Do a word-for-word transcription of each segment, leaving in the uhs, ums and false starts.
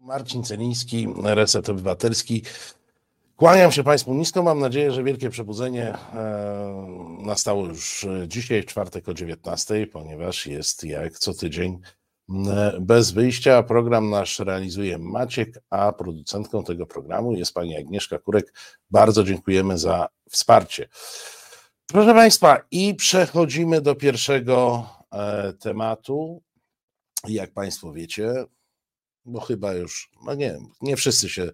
Marcin Celiński, Reset Obywatelski. Kłaniam się Państwu nisko. Mam nadzieję, że wielkie przebudzenie nastało już dzisiaj, w czwartek o dziewiętnastej, ponieważ jest jak co tydzień bez wyjścia. Program nasz realizuje Maciek, a producentką tego programu jest pani Agnieszka Kurek. Bardzo dziękujemy za wsparcie. Proszę Państwa, i przechodzimy do pierwszego tematu. Jak Państwo wiecie, bo chyba już, no nie nie wszyscy się,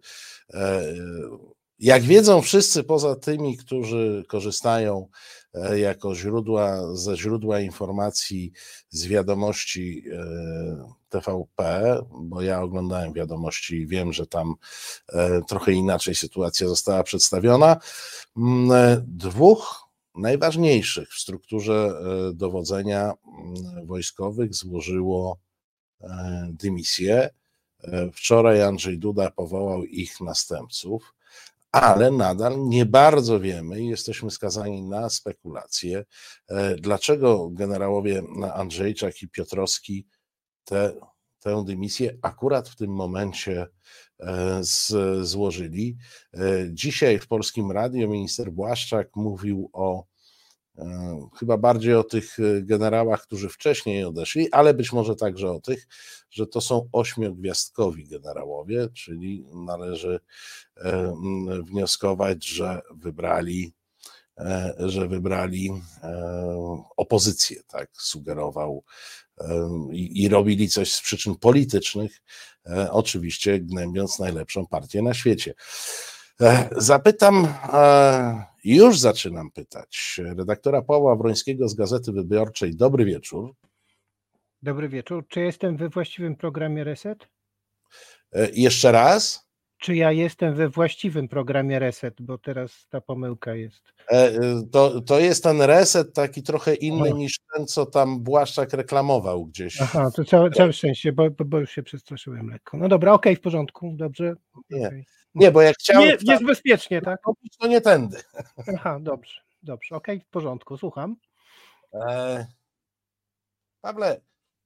jak wiedzą wszyscy poza tymi, którzy korzystają jako źródła, ze źródła informacji z wiadomości T V P, bo ja oglądałem wiadomości i wiem, że tam trochę inaczej sytuacja została przedstawiona. Dwóch najważniejszych w strukturze dowodzenia wojskowych złożyło dymisję. Wczoraj Andrzej Duda powołał ich następców, ale nadal nie bardzo wiemy i jesteśmy skazani na spekulacje, dlaczego generałowie Andrzejczak i Piotrowski te, tę dymisję akurat w tym momencie z, złożyli. Dzisiaj w Polskim Radiu minister Błaszczak mówił o chyba bardziej o tych generałach, którzy wcześniej odeszli, ale być może także o tych, że to są ośmiogwiazdkowi generałowie, czyli należy wnioskować, że wybrali, że wybrali opozycję, tak sugerował i, i robili coś z przyczyn politycznych, oczywiście gnębiąc najlepszą partię na świecie. Zapytam, już zaczynam pytać, redaktora Pawła Wrońskiego z Gazety Wyborczej. Dobry wieczór. Dobry wieczór. Czy jestem we właściwym programie Reset? Jeszcze raz? Czy ja jestem we właściwym programie Reset, bo teraz ta pomyłka jest. To, to jest ten Reset taki trochę inny Aha. niż ten, co tam Błaszczak reklamował gdzieś. Aha, to całe, całe szczęście, bo, bo, bo już się przestraszyłem lekko. No dobra, okej, okay, w porządku, dobrze. Nie. Okay. Nie, bo jak chciałem... Nie, jest bezpiecznie, tak? To nie tędy. Aha, dobrze, dobrze, okej, okay, w porządku, słucham. E... Pawle,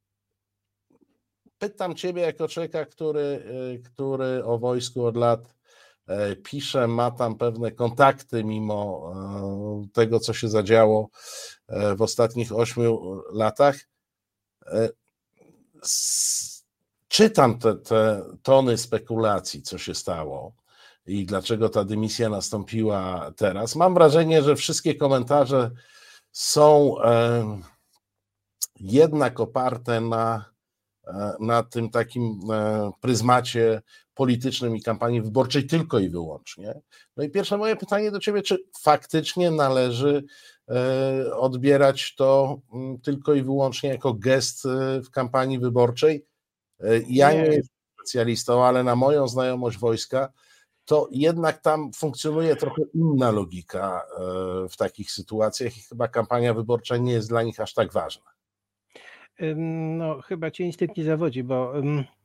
pytam ciebie jako człowieka, który, który o wojsku od lat pisze, ma tam pewne kontakty mimo tego, co się zadziało w ostatnich ośmiu latach. Czytam te, te tony spekulacji, co się stało i dlaczego ta dymisja nastąpiła teraz. Mam wrażenie, że wszystkie komentarze są jednak oparte na, na tym takim pryzmacie politycznym i kampanii wyborczej tylko i wyłącznie. No i pierwsze moje pytanie do ciebie, czy faktycznie należy odbierać to tylko i wyłącznie jako gest w kampanii wyborczej? Ja nie, nie jestem specjalistą, ale na moją znajomość wojska to jednak tam funkcjonuje trochę inna logika w takich sytuacjach i chyba kampania wyborcza nie jest dla nich aż tak ważna. No chyba cię instynkt nie zawodzi, bo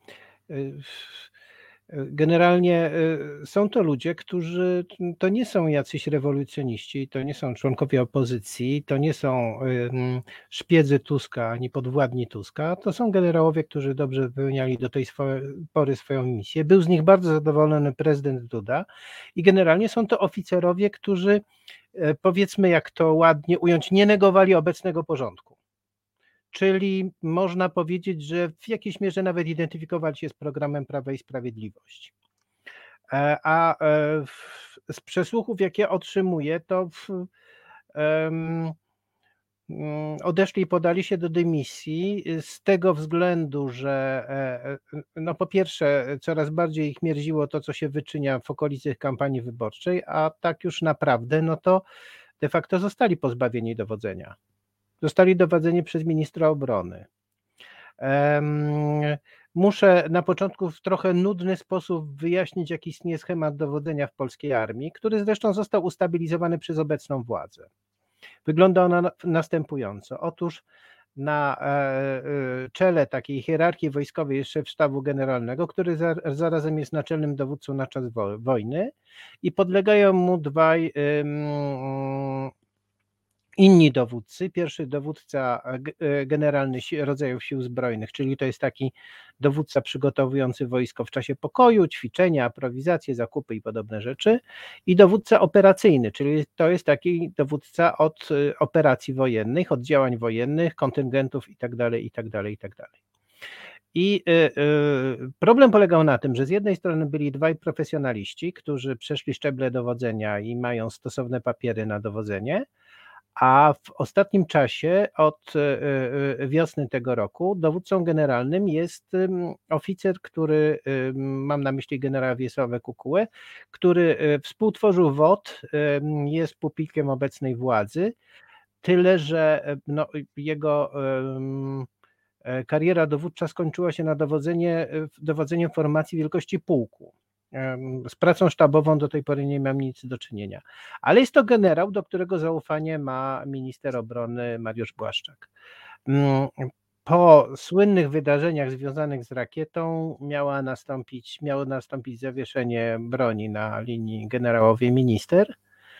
generalnie są to ludzie, którzy to nie są jacyś rewolucjoniści, to nie są członkowie opozycji, to nie są szpiedzy Tuska ani podwładni Tuska, to są generałowie, którzy dobrze wypełniali do tej pory swoją misję. Był z nich bardzo zadowolony prezydent Duda i generalnie są to oficerowie, którzy, powiedzmy jak to ładnie ująć, nie negowali obecnego porządku. Czyli można powiedzieć, że w jakiejś mierze nawet identyfikowali się z programem Prawa i Sprawiedliwości. A z przesłuchów, jakie otrzymuję, to w, um, odeszli i podali się do dymisji z tego względu, że no po pierwsze coraz bardziej ich mierziło to, co się wyczynia w okolicy kampanii wyborczej, a tak już naprawdę, no to de facto zostali pozbawieni dowodzenia. Zostali dowodzeni przez ministra obrony. Um, muszę na początku w trochę nudny sposób wyjaśnić, jaki istnieje schemat dowodzenia w polskiej armii, który zresztą został ustabilizowany przez obecną władzę. Wygląda ona następująco. Otóż na czele takiej hierarchii wojskowej jest szef sztabu generalnego, który zarazem jest naczelnym dowódcą na czas wojny i podlegają mu dwaj um, inni dowódcy. Pierwszy dowódca generalny rodzajów sił zbrojnych, czyli to jest taki dowódca przygotowujący wojsko w czasie pokoju, ćwiczenia, aprowizacje, zakupy i podobne rzeczy. I dowódca operacyjny, czyli to jest taki dowódca od operacji wojennych, od działań wojennych, kontyngentów itd., itd., itd. I problem polegał na tym, że z jednej strony byli dwaj profesjonaliści, którzy przeszli szczeble dowodzenia i mają stosowne papiery na dowodzenie, a w ostatnim czasie, od wiosny tego roku, dowódcą generalnym jest oficer, który, mam na myśli generała Wiesławę Kukułę, który współtworzył W O T, jest pupilkiem obecnej władzy, tyle że no, jego kariera dowódcza skończyła się na dowodzenie, dowodzeniem formacji wielkości pułku. Z pracą sztabową do tej pory nie mam nic do czynienia. Ale jest to generał, do którego zaufanie ma minister obrony Mariusz Błaszczak. Po słynnych wydarzeniach związanych z rakietą miała nastąpić, miało nastąpić zawieszenie broni na linii generałowie-minister,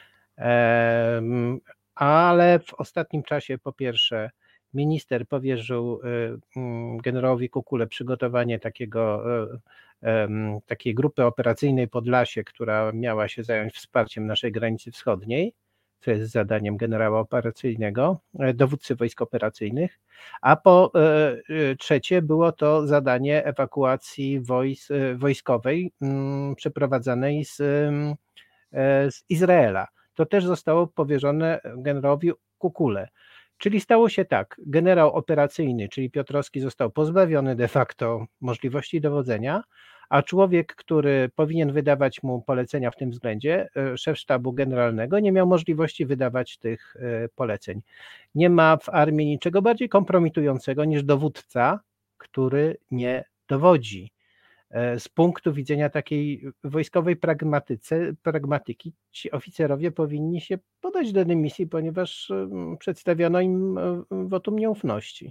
ale w ostatnim czasie po pierwsze minister powierzył generałowi Kukule przygotowanie takiego, takiej grupy operacyjnej Podlasie, która miała się zająć wsparciem naszej granicy wschodniej, co jest zadaniem generała operacyjnego, dowódcy wojsk operacyjnych, a po trzecie było to zadanie ewakuacji wojsk, wojskowej przeprowadzanej z, z Izraela. To też zostało powierzone generałowi Kukule. Czyli stało się tak, generał operacyjny, czyli Piotrowski, został pozbawiony de facto możliwości dowodzenia, a człowiek, który powinien wydawać mu polecenia w tym względzie, szef sztabu generalnego, nie miał możliwości wydawać tych poleceń. Nie ma w armii niczego bardziej kompromitującego niż dowódca, który nie dowodzi. Z punktu widzenia takiej wojskowej pragmatyce, pragmatyki, ci oficerowie powinni się podać do dymisji, ponieważ przedstawiono im wotum nieufności.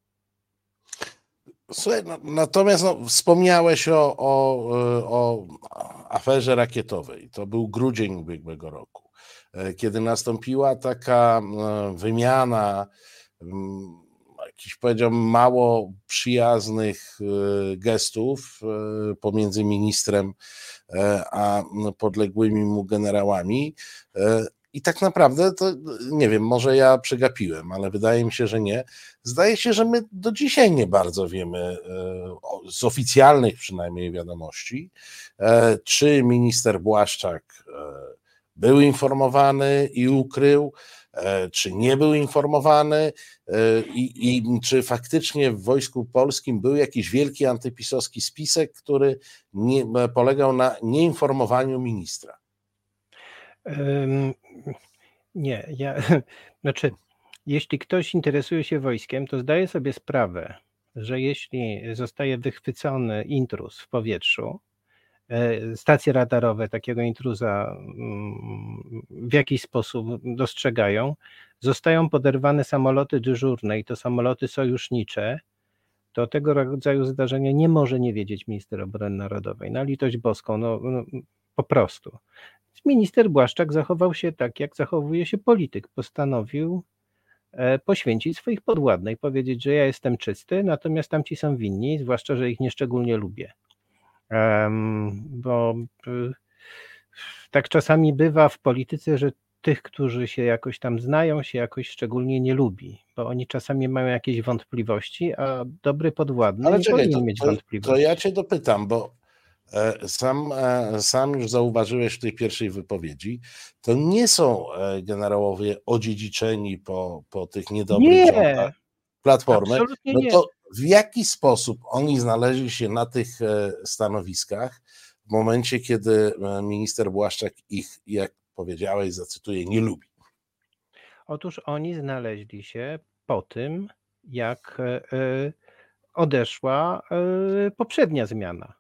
Słuchaj, no, natomiast no, wspomniałeś o, o, o aferze rakietowej. To był grudzień ubiegłego roku, kiedy nastąpiła taka wymiana jakichś, powiedziałbym, mało przyjaznych gestów pomiędzy ministrem a podległymi mu generałami. I tak naprawdę to, nie wiem, może ja przegapiłem, ale wydaje mi się, że nie. Zdaje się, że my do dzisiaj nie bardzo wiemy, z oficjalnych przynajmniej wiadomości, czy minister Błaszczak był informowany i ukrył, czy nie był informowany i, i czy faktycznie w Wojsku Polskim był jakiś wielki antypisowski spisek, który nie, polegał na nieinformowaniu ministra. Um, nie, ja, znaczy, jeśli ktoś interesuje się wojskiem, to zdaje sobie sprawę, że jeśli zostaje wychwycony intruz w powietrzu, stacje radarowe takiego intruza w jakiś sposób dostrzegają, zostają poderwane samoloty dyżurne i to samoloty sojusznicze, to tego rodzaju zdarzenia nie może nie wiedzieć minister obrony narodowej. Na litość boską, no, no po prostu. Minister Błaszczak zachował się tak, jak zachowuje się polityk. Postanowił poświęcić swoich podwładnych, powiedzieć, że ja jestem czysty, natomiast tamci są winni, zwłaszcza, że ich nieszczególnie lubię. Um, bo y, tak czasami bywa w polityce, że tych, którzy się jakoś tam znają, się jakoś szczególnie nie lubi, bo oni czasami mają jakieś wątpliwości, a dobry podwładny Ale nie czekaj, powinien to, mieć to, wątpliwości. To ja cię dopytam, bo sam, sam już zauważyłeś w tej pierwszej wypowiedzi, to nie są generałowie odziedziczeni po, po tych niedobrych nie, rządach Platformy. Absolutnie No nie. to w jaki sposób oni znaleźli się na tych stanowiskach w momencie, kiedy minister Błaszczak ich, jak powiedziałeś, zacytuję, nie lubi? Otóż oni znaleźli się po tym, jak odeszła poprzednia zmiana.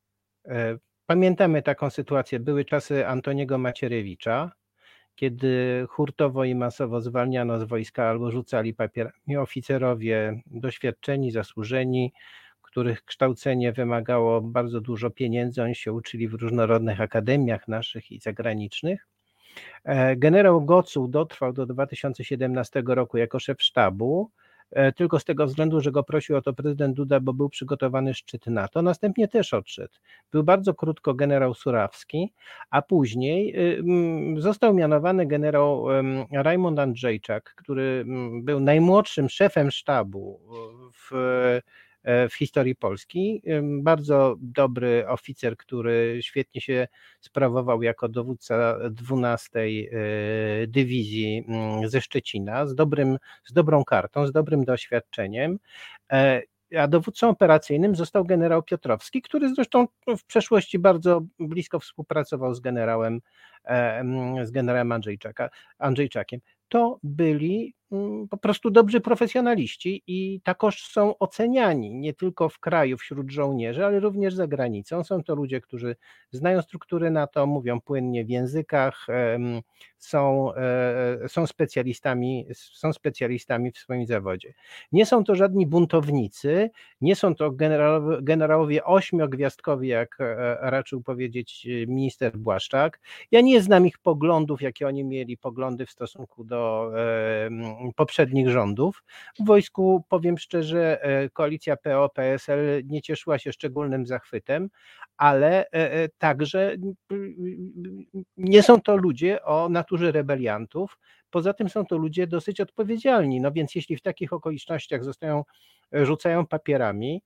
Pamiętamy taką sytuację, były czasy Antoniego Macierewicza, kiedy hurtowo i masowo zwalniano z wojska albo rzucali papierami oficerowie doświadczeni, zasłużeni, których kształcenie wymagało bardzo dużo pieniędzy, oni się uczyli w różnorodnych akademiach naszych i zagranicznych. Generał Gocuł dotrwał do dwa tysiące siedemnastego roku jako szef sztabu, tylko z tego względu, że go prosił o to prezydent Duda, bo był przygotowany szczyt NATO. Następnie też odszedł. Był bardzo krótko generał Surawski, a później został mianowany generał Rajmund Andrzejczak, który był najmłodszym szefem sztabu w w historii Polski. Bardzo dobry oficer, który świetnie się sprawował jako dowódca dwunastej Dywizji ze Szczecina, z, dobrym, z dobrą kartą, z dobrym doświadczeniem. A dowódcą operacyjnym został generał Piotrowski, który zresztą w przeszłości bardzo blisko współpracował z generałem, z generałem Andrzejczaka, Andrzejczakiem. To byli po prostu dobrzy profesjonaliści i takoż są oceniani nie tylko w kraju wśród żołnierzy, ale również za granicą. Są to ludzie, którzy znają struktury NATO, mówią płynnie w językach, są, są specjalistami, są specjalistami w swoim zawodzie. Nie są to żadni buntownicy, nie są to generałowie, generałowie ośmiogwiazdkowi, jak raczył powiedzieć minister Błaszczak. Ja nie znam ich poglądów, jakie oni mieli poglądy w stosunku do poprzednich rządów. W wojsku, powiem szczerze, koalicja P O P S L nie cieszyła się szczególnym zachwytem, ale także nie są to ludzie o naturze rebeliantów. Poza tym są to ludzie dosyć odpowiedzialni. No więc jeśli w takich okolicznościach zostają, rzucają papierami,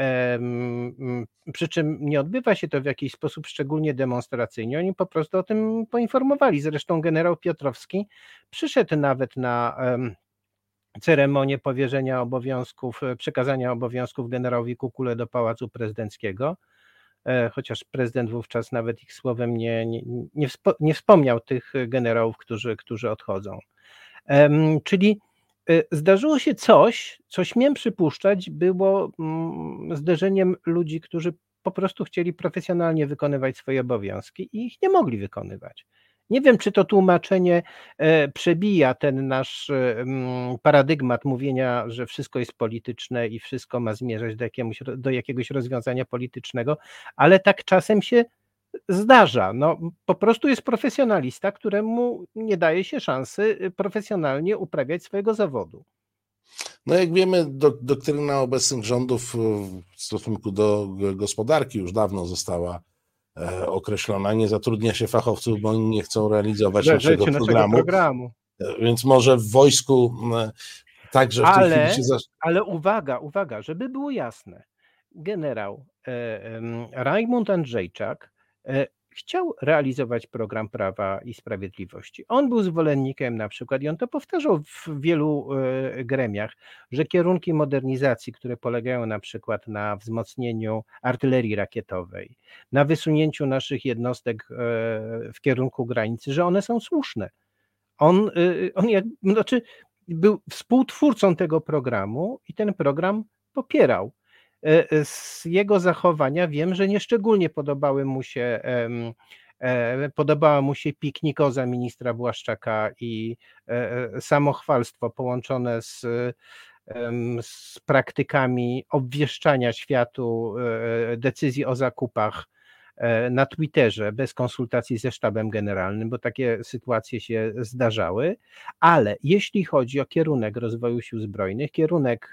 przy czym nie odbywa się to w jakiś sposób szczególnie demonstracyjnie, oni po prostu o tym poinformowali. Zresztą generał Piotrowski przyszedł nawet na ceremonię powierzenia obowiązków, przekazania obowiązków generałowi Kukule do Pałacu Prezydenckiego, chociaż prezydent wówczas nawet ich słowem nie, nie, nie, wspo, nie wspomniał tych generałów, którzy, którzy odchodzą. Czyli zdarzyło się coś, co śmiem przypuszczać, było zderzeniem ludzi, którzy po prostu chcieli profesjonalnie wykonywać swoje obowiązki i ich nie mogli wykonywać. Nie wiem, czy to tłumaczenie przebija ten nasz paradygmat mówienia, że wszystko jest polityczne i wszystko ma zmierzać do, jakiemuś, do jakiegoś rozwiązania politycznego, ale tak czasem się zdarza. No, po prostu jest profesjonalista, któremu nie daje się szansy profesjonalnie uprawiać swojego zawodu. No jak wiemy, do, doktryna obecnych rządów w stosunku do gospodarki już dawno została e, określona. Nie zatrudnia się fachowców, bo oni nie chcą realizować naszego programu. programu. Więc może w wojsku e, także w ale, tej chwili się... Zaś... Ale uwaga, uwaga, żeby było jasne. Generał e, e, Rajmund Andrzejczak e, chciał realizować program Prawa i Sprawiedliwości. On był zwolennikiem na przykład, i on to powtarzał w wielu gremiach, że kierunki modernizacji, które polegają na przykład na wzmocnieniu artylerii rakietowej, na wysunięciu naszych jednostek w kierunku granicy, że one są słuszne. On, on jak, znaczy był współtwórcą tego programu i ten program popierał. Z jego zachowania wiem, że nieszczególnie podobały mu się, podobała mu się piknikoza ministra Błaszczaka i samochwalstwo połączone z, z praktykami obwieszczania światu decyzji o zakupach na Twitterze bez konsultacji ze sztabem generalnym, bo takie sytuacje się zdarzały, ale jeśli chodzi o kierunek rozwoju sił zbrojnych, kierunek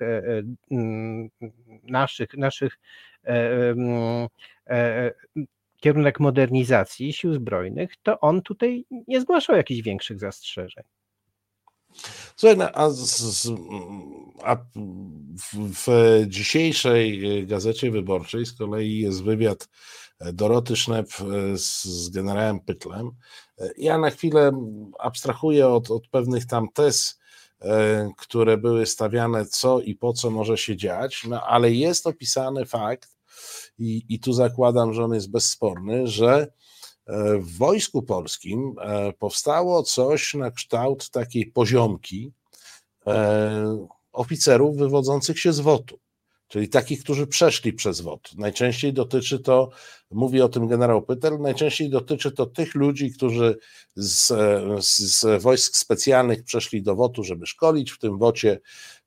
naszych, naszych kierunek modernizacji sił zbrojnych, to on tutaj nie zgłaszał jakichś większych zastrzeżeń. Słuchaj, no, a, z, a w, w dzisiejszej Gazecie Wyborczej z kolei jest wywiad Doroty Sznep z, z generałem Pytlem. Ja na chwilę abstrahuję od, od pewnych tam tez, które były stawiane, co i po co może się dziać, no ale jest opisany fakt, i, i tu zakładam, że on jest bezsporny, że w Wojsku Polskim powstało coś na kształt takiej poziomki oficerów wywodzących się z W O T-u, czyli takich, którzy przeszli przez W O T. Najczęściej dotyczy to, mówi o tym generał Pytel, najczęściej dotyczy to tych ludzi, którzy z, z, z wojsk specjalnych przeszli do W O T-u, żeby szkolić, w tym W O T-ie,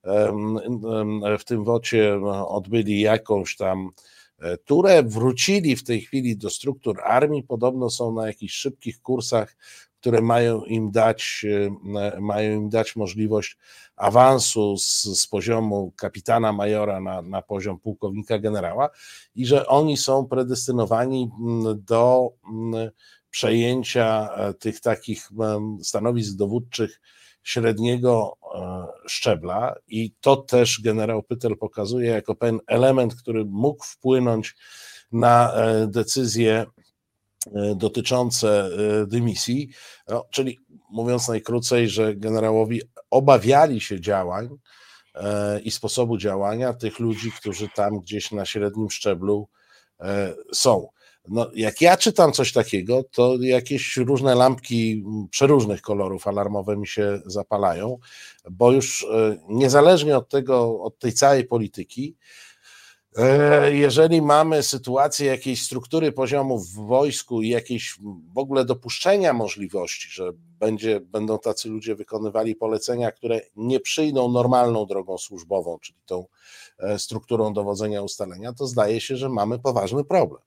w tym W O T-ie odbyli jakąś tam turę, wrócili w tej chwili do struktur armii, podobno są na jakichś szybkich kursach które mają im dać, mają im dać możliwość awansu z, z poziomu kapitana majora na, na poziom pułkownika generała i że oni są predestynowani do przejęcia tych takich stanowisk dowódczych średniego szczebla i to też generał Pytel pokazuje jako pewien element, który mógł wpłynąć na decyzje dotyczące dymisji, no, czyli mówiąc najkrócej, że generałowi obawiali się działań i sposobu działania tych ludzi, którzy tam gdzieś na średnim szczeblu są. No, jak ja czytam coś takiego, to jakieś różne lampki przeróżnych kolorów alarmowe mi się zapalają, bo już niezależnie od tego, od tej całej polityki, jeżeli mamy sytuację jakiejś struktury poziomów w wojsku i jakieś w ogóle dopuszczenia możliwości, że będzie, będą tacy ludzie wykonywali polecenia, które nie przyjdą normalną drogą służbową, czyli tą strukturą dowodzenia ustalenia, to zdaje się, że mamy poważny problem.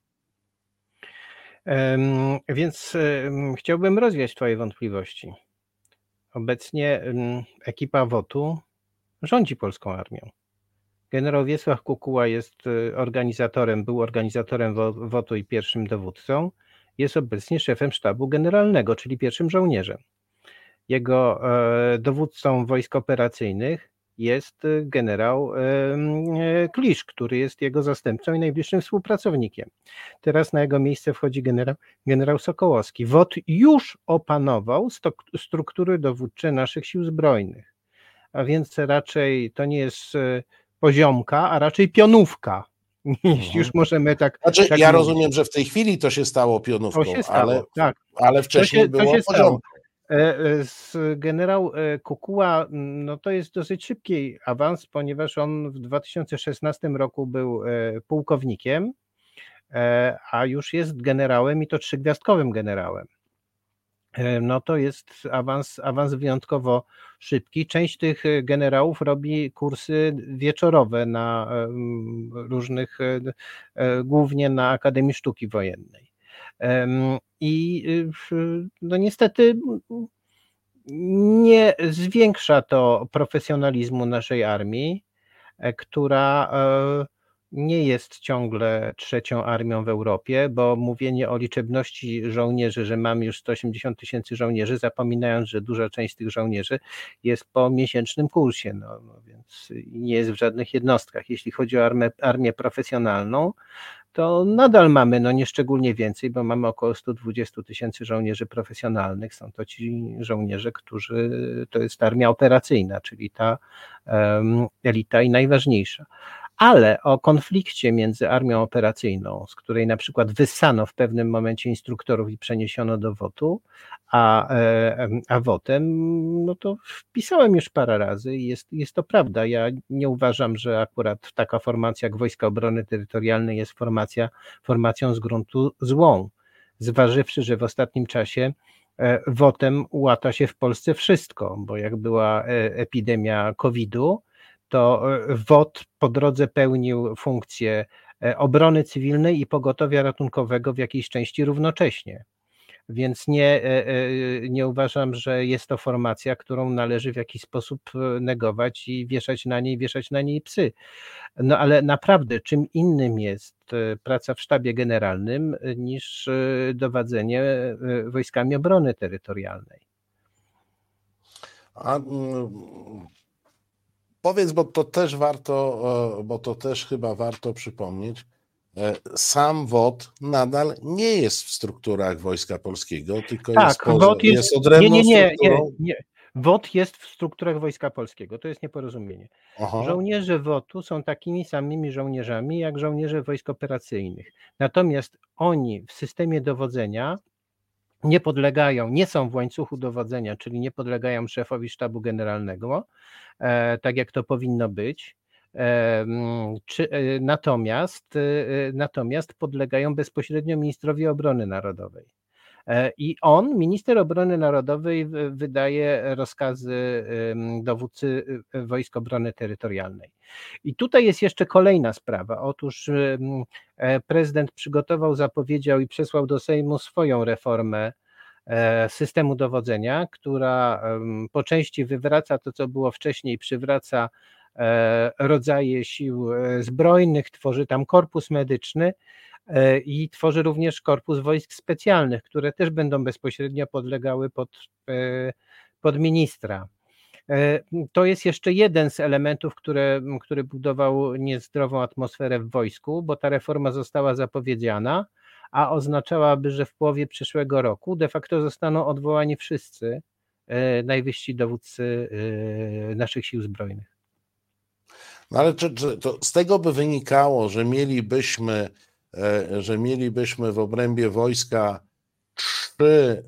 Um, więc um, chciałbym rozwiać twoje wątpliwości. Obecnie um, ekipa wotu rządzi polską armią. Generał Wiesław Kukuła jest organizatorem, był organizatorem wotu i pierwszym dowódcą, jest obecnie szefem sztabu generalnego, czyli pierwszym żołnierzem. Jego e, dowódcą wojsk operacyjnych jest generał e, Klisz, który jest jego zastępcą i najbliższym współpracownikiem. Teraz na jego miejsce wchodzi generał, generał Sokołowski. WOT już opanował stok, struktury dowódcze naszych sił zbrojnych, a więc raczej to nie jest poziomka, a raczej pionówka, jeśli już możemy tak... Znaczy, tak ja mówić. rozumiem, że w tej chwili to się stało pionówką, to się stało, ale, tak. ale wcześniej to się, było to się poziomką. Z generał Kukuła, no to jest dosyć szybki awans, ponieważ on w dwa tysiące szesnastym roku był pułkownikiem, a już jest generałem i to trzygwiazdkowym generałem. No to jest awans, awans wyjątkowo szybki. Część tych generałów robi kursy wieczorowe na różnych, głównie na Akademii Sztuki Wojennej. I no niestety nie zwiększa to profesjonalizmu naszej armii, która nie jest ciągle trzecią armią w Europie, bo mówienie o liczebności żołnierzy, że mamy już sto osiemdziesiąt tysięcy żołnierzy, zapominając, że duża część z tych żołnierzy jest po miesięcznym kursie, no, no więc nie jest w żadnych jednostkach. Jeśli chodzi o armię, armię profesjonalną, to nadal mamy, no nie szczególnie więcej, bo mamy około sto dwadzieścia tysięcy żołnierzy profesjonalnych. Są to ci żołnierze, którzy, to jest armia operacyjna, czyli ta um, elita i najważniejsza. Ale o konflikcie między armią operacyjną, z której na przykład wyssano w pewnym momencie instruktorów i przeniesiono do wotu, a, a wotem, no to wpisałem już parę razy i jest, jest to prawda. Ja nie uważam, że akurat taka formacja jak Wojska Obrony Terytorialnej jest formacja, formacją z gruntu złą, zważywszy, że w ostatnim czasie wotem łata się w Polsce wszystko, bo jak była epidemia kowidu, to WOT po drodze pełnił funkcję obrony cywilnej i pogotowia ratunkowego w jakiejś części równocześnie. Więc nie, nie uważam, że jest to formacja, którą należy w jakiś sposób negować i wieszać na niej, wieszać na niej psy. No ale naprawdę czym innym jest praca w sztabie generalnym niż dowodzenie wojskami obrony terytorialnej. A, powiedz, bo to też warto, bo to też chyba warto przypomnieć, sam WOT nadal nie jest w strukturach Wojska Polskiego, tylko tak, jest, poza, WOT jest, jest odrębną nie, nie, nie, strukturą. Nie, nie. WOT jest w strukturach Wojska Polskiego, to jest nieporozumienie. Aha. Żołnierze wotu są takimi samymi żołnierzami jak żołnierze wojsk operacyjnych. Natomiast oni w systemie dowodzenia nie podlegają, nie są w łańcuchu dowodzenia, czyli nie podlegają szefowi sztabu generalnego, e, tak jak to powinno być. E, czy, e, natomiast, e, natomiast podlegają bezpośrednio ministrowi obrony narodowej. E, I on, minister obrony narodowej, w, wydaje rozkazy e, dowódcy Wojsk Obrony Terytorialnej. I tutaj jest jeszcze kolejna sprawa. Otóż e, prezydent przygotował, zapowiedział i przesłał do Sejmu swoją reformę systemu dowodzenia, która po części wywraca to, co było wcześniej, przywraca rodzaje sił zbrojnych, tworzy tam korpus medyczny i tworzy również korpus wojsk specjalnych, które też będą bezpośrednio podlegały pod, pod ministra. To jest jeszcze jeden z elementów, które, który budował niezdrową atmosferę w wojsku, bo ta reforma została zapowiedziana, a oznaczałaby, że w połowie przyszłego roku de facto zostaną odwołani wszyscy najwyżsi dowódcy naszych sił zbrojnych. No ale czy, czy to z tego by wynikało, że mielibyśmy, że mielibyśmy w obrębie wojska trzy,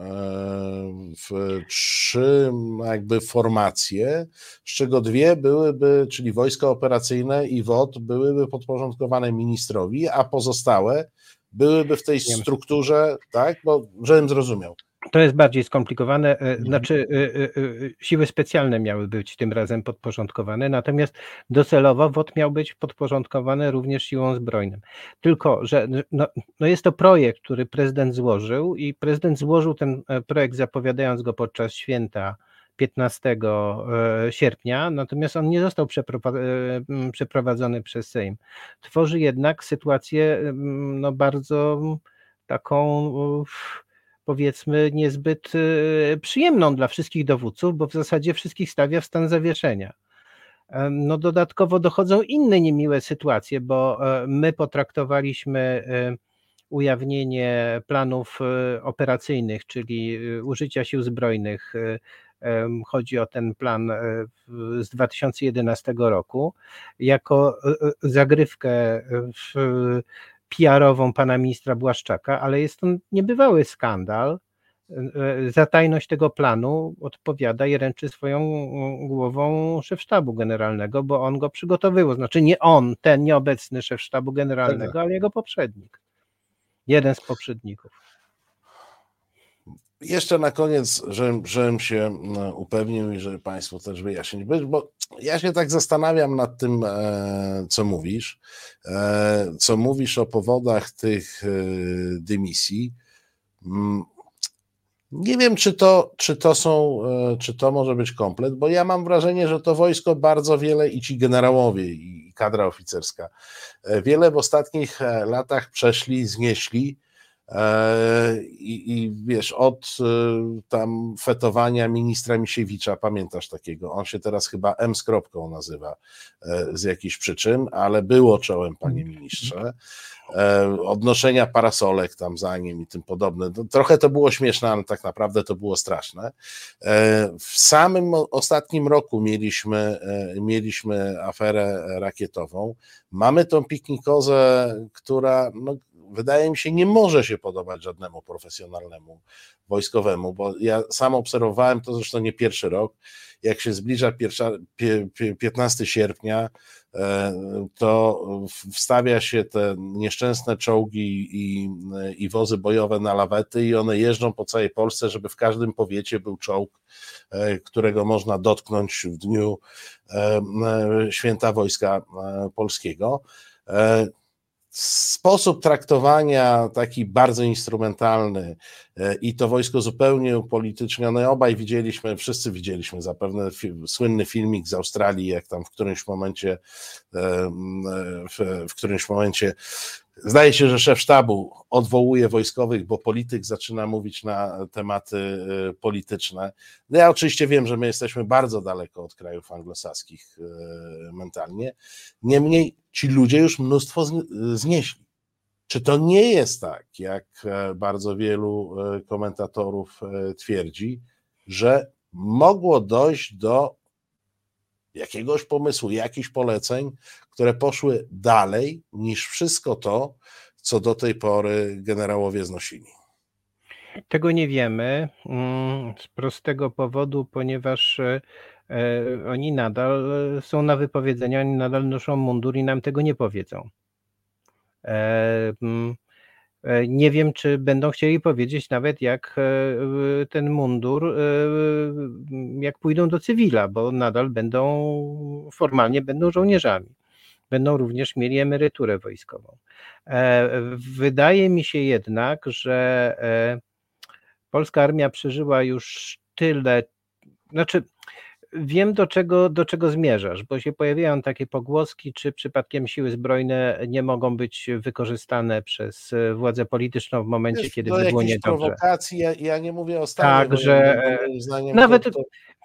w trzy jakby formacje, z czego dwie byłyby, czyli wojska operacyjne i W O T, byłyby podporządkowane ministrowi, a pozostałe byłyby w tej strukturze, tak? Bo żebym zrozumiał. To jest bardziej skomplikowane, znaczy siły specjalne miały być tym razem podporządkowane, natomiast docelowo W O T miał być podporządkowany również siłom zbrojnym. Tylko, że no, no jest to projekt, który prezydent złożył i prezydent złożył ten projekt zapowiadając go podczas święta piętnastego sierpnia, natomiast on nie został przeprowadzony przez Sejm. Tworzy jednak sytuację no bardzo taką, powiedzmy, niezbyt przyjemną dla wszystkich dowódców, bo w zasadzie wszystkich stawia w stan zawieszenia. No dodatkowo dochodzą inne niemiłe sytuacje, bo my potraktowaliśmy ujawnienie planów operacyjnych, czyli użycia sił zbrojnych, chodzi o ten plan z dwa tysiące jedenastego roku, jako zagrywkę w P R-ową pana ministra Błaszczaka, ale jest to niebywały skandal. Za tajność tego planu odpowiada i ręczy swoją głową szef sztabu generalnego, bo on go przygotowywał. Znaczy nie on, ten nieobecny szef sztabu generalnego, tak, ale jego poprzednik. Jeden z poprzedników. Jeszcze na koniec, żebym, żebym się upewnił i żeby Państwu też wyjaśnić, bo ja się tak zastanawiam nad tym, co mówisz, co mówisz o powodach tych dymisji. Nie wiem, czy to, czy to są, czy to może być komplet, bo ja mam wrażenie, że to wojsko bardzo wiele i ci generałowie i kadra oficerska wiele w ostatnich latach przeszli, znieśli. I, I wiesz, od tam fetowania ministra Misiewicza, pamiętasz takiego, on się teraz chyba M z kropką nazywa z jakichś przyczyn, ale było czołem, panie ministrze, odnoszenia parasolek tam za nim i tym podobne. Trochę to było śmieszne, ale tak naprawdę to było straszne. W samym ostatnim roku mieliśmy, mieliśmy aferę rakietową. Mamy tą piknikozę, która no, wydaje mi się, nie może się podobać żadnemu profesjonalnemu wojskowemu, bo ja sam obserwowałem to zresztą nie pierwszy rok, jak się zbliża piętnastego sierpnia, to wstawia się te nieszczęsne czołgi i, i wozy bojowe na lawety i one jeżdżą po całej Polsce, żeby w każdym powiecie był czołg, którego można dotknąć w dniu Święta Wojska Polskiego. Sposób traktowania taki bardzo instrumentalny i to wojsko zupełnie upolitycznione, obaj widzieliśmy, wszyscy widzieliśmy zapewne film, słynny filmik z Australii, jak tam w którymś momencie w, w którymś momencie zdaje się, że szef sztabu odwołuje wojskowych, bo polityk zaczyna mówić na tematy polityczne. No ja oczywiście wiem, że my jesteśmy bardzo daleko od krajów anglosaskich mentalnie, niemniej ci ludzie już mnóstwo znieśli. Czy to nie jest tak, jak bardzo wielu komentatorów twierdzi, że mogło dojść do jakiegoś pomysłu, jakichś poleceń, które poszły dalej niż wszystko to, co do tej pory generałowie znosili? Tego nie wiemy z prostego powodu, ponieważ oni nadal są na wypowiedzenia, oni nadal noszą mundur i nam tego nie powiedzą. Nie wiem, czy będą chcieli powiedzieć nawet, jak ten mundur, jak pójdą do cywila, bo nadal będą, formalnie będą żołnierzami. Będą również mieli emeryturę wojskową. Wydaje mi się jednak, że Polska armia przeżyła już tyle, znaczy wiem do czego, do czego zmierzasz, bo się pojawiają takie pogłoski, czy przypadkiem siły zbrojne nie mogą być wykorzystane przez władzę polityczną w momencie, Wiesz, kiedy do by było jakiejś niedobrze. prowokacji, ja, ja nie mówię o stanie Tak, że wojennym, bo moim zdaniem nawet to, to...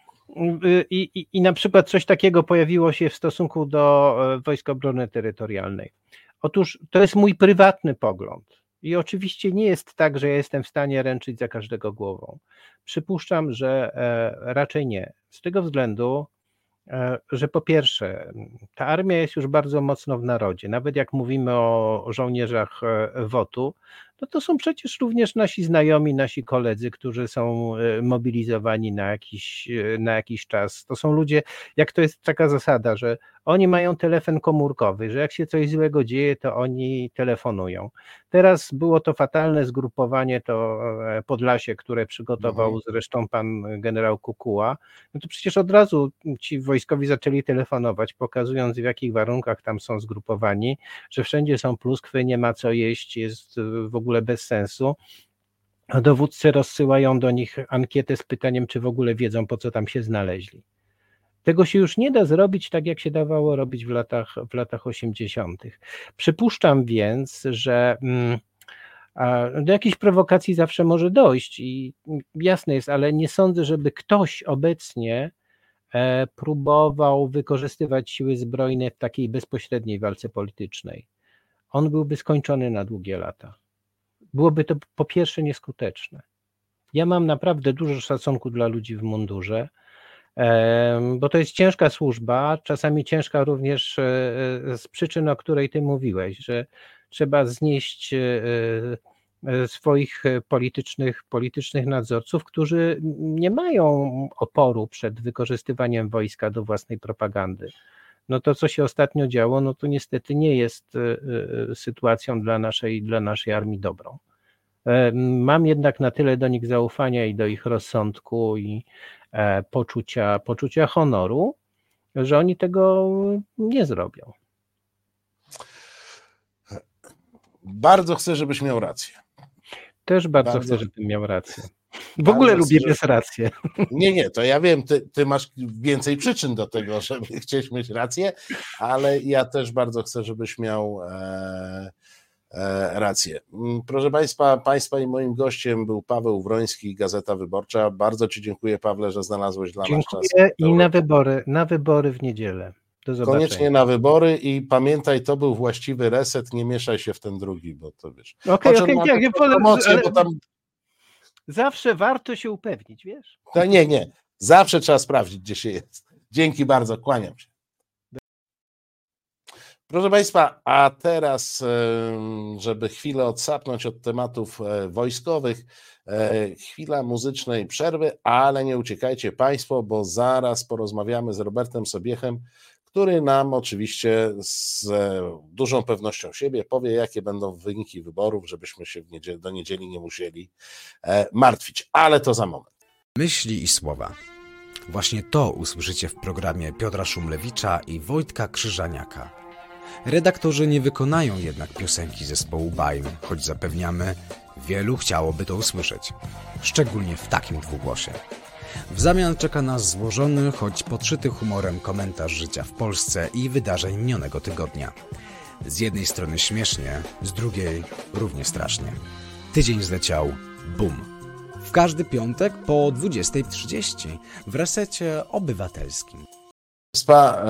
I, i, i na przykład coś takiego pojawiło się w stosunku do Wojsk Obrony Terytorialnej. Otóż to jest mój prywatny pogląd i oczywiście nie jest tak, że ja jestem w stanie ręczyć za każdego głową. Przypuszczam, że raczej nie. Z tego względu, że po pierwsze, ta armia jest już bardzo mocno w narodzie. Nawet jak mówimy o żołnierzach W O T-u, no to są przecież również nasi znajomi, nasi koledzy, którzy są mobilizowani na jakiś, na jakiś czas. To są ludzie, jak to jest taka zasada, że oni mają telefon komórkowy, że jak się coś złego dzieje, to oni telefonują. Teraz było to fatalne zgrupowanie, to Podlasie, które przygotował mhm. zresztą pan generał Kukuła, no to przecież od razu ci wojskowi zaczęli telefonować, pokazując w jakich warunkach tam są zgrupowani, że wszędzie są pluskwy, nie ma co jeść, jest w ogóle bez sensu. A dowódcy rozsyłają do nich ankietę z pytaniem, czy w ogóle wiedzą, po co tam się znaleźli. Tego się już nie da zrobić tak, jak się dawało robić w latach, w latach osiemdziesiątych. Przypuszczam więc, że mm, do jakiejś prowokacji zawsze może dojść i jasne jest, ale nie sądzę, żeby ktoś obecnie e, próbował wykorzystywać siły zbrojne w takiej bezpośredniej walce politycznej. On byłby skończony na długie lata. Byłoby to po pierwsze nieskuteczne. Ja mam naprawdę dużo szacunku dla ludzi w mundurze, bo to jest ciężka służba, czasami ciężka również z przyczyn, o której ty mówiłeś, że trzeba znieść swoich politycznych, politycznych nadzorców, którzy nie mają oporu przed wykorzystywaniem wojska do własnej propagandy. No to, co się ostatnio działo, no to niestety nie jest sytuacją dla naszej, dla naszej armii dobrą. Mam jednak na tyle do nich zaufania i do ich rozsądku i poczucia, poczucia honoru, że oni tego nie zrobią. Bardzo chcę, żebyś miał rację. Też bardzo, bardzo chcę, żebym miał rację. W ogóle lubię mieć rację. Nie, nie, to ja wiem, ty, ty masz więcej przyczyn do tego, żeby chcieć mieć rację, ale ja też bardzo chcę, żebyś miał e, e, rację. Proszę Państwa, Państwa i moim gościem był Paweł Wroński, Gazeta Wyborcza. Bardzo Ci dziękuję, Pawle, że znalazłeś dla dziękuję nas czas. Dziękuję i na wybory, na wybory w niedzielę. Do zobaczenia. Koniecznie na wybory i pamiętaj, to był właściwy reset, nie mieszaj się w ten drugi, bo to wiesz. Okej, okej, okay, nie promocję, bo tam... Zawsze warto się upewnić, wiesz? To nie, nie. Zawsze trzeba sprawdzić, gdzie się jest. Dzięki bardzo, kłaniam się. Proszę Państwa, a teraz, żeby chwilę odsapnąć od tematów wojskowych, chwila muzycznej przerwy, ale nie uciekajcie Państwo, bo zaraz porozmawiamy z Robertem Sobiechem, który nam oczywiście z dużą pewnością siebie powie, jakie będą wyniki wyborów, żebyśmy się w niedziel- do niedzieli nie musieli martwić, ale to za moment. Myśli i słowa. Właśnie to usłyszycie w programie Piotra Szumlewicza i Wojtka Krzyżaniaka. Redaktorzy nie wykonają jednak piosenki zespołu Baim, choć zapewniamy, wielu chciałoby to usłyszeć. Szczególnie w takim dwugłosie. W zamian czeka nas złożony, choć podszyty humorem komentarz życia w Polsce i wydarzeń minionego tygodnia. Z jednej strony śmiesznie, z drugiej równie strasznie. Tydzień zleciał bum. W każdy piątek po dwudziestej trzydzieści w Resecie Obywatelskim. Państwa,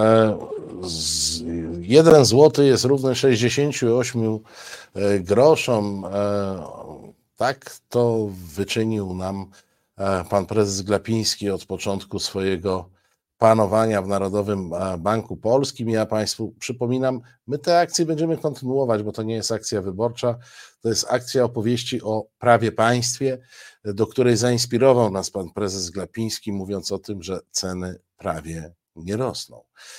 jeden złoty jest równy sześćdziesięciu ośmiu groszom. Tak to wyczynił nam pan prezes Glapiński od początku swojego panowania w Narodowym Banku Polskim. Ja Państwu przypominam, my te akcje będziemy kontynuować, bo to nie jest akcja wyborcza, to jest akcja opowieści o prawie państwie, do której zainspirował nas pan prezes Glapiński, mówiąc o tym, że ceny prawie nie rosną.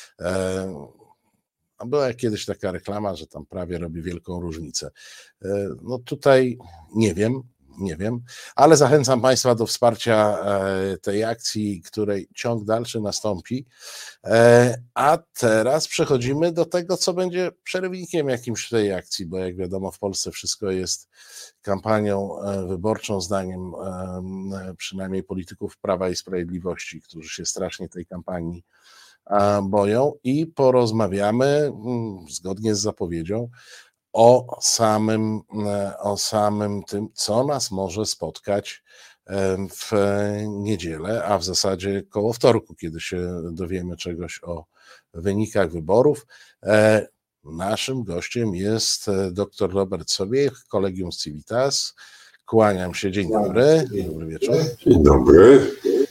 A była kiedyś taka reklama, że tam prawie robi wielką różnicę. No tutaj nie wiem, nie wiem, ale zachęcam Państwa do wsparcia tej akcji, której ciąg dalszy nastąpi. A teraz przechodzimy do tego, co będzie przerywnikiem jakimś tej akcji, bo jak wiadomo, w Polsce wszystko jest kampanią wyborczą, zdaniem przynajmniej polityków Prawa i Sprawiedliwości, którzy się strasznie tej kampanii boją, i porozmawiamy zgodnie z zapowiedzią o samym, o samym tym, co nas może spotkać w niedzielę, a w zasadzie koło wtorku, kiedy się dowiemy czegoś o wynikach wyborów. Naszym gościem jest dr Robert Sobiech, Collegium Civitas. Kłaniam się, dzień dobry. Dzień dobry wieczór. Dzień dobry.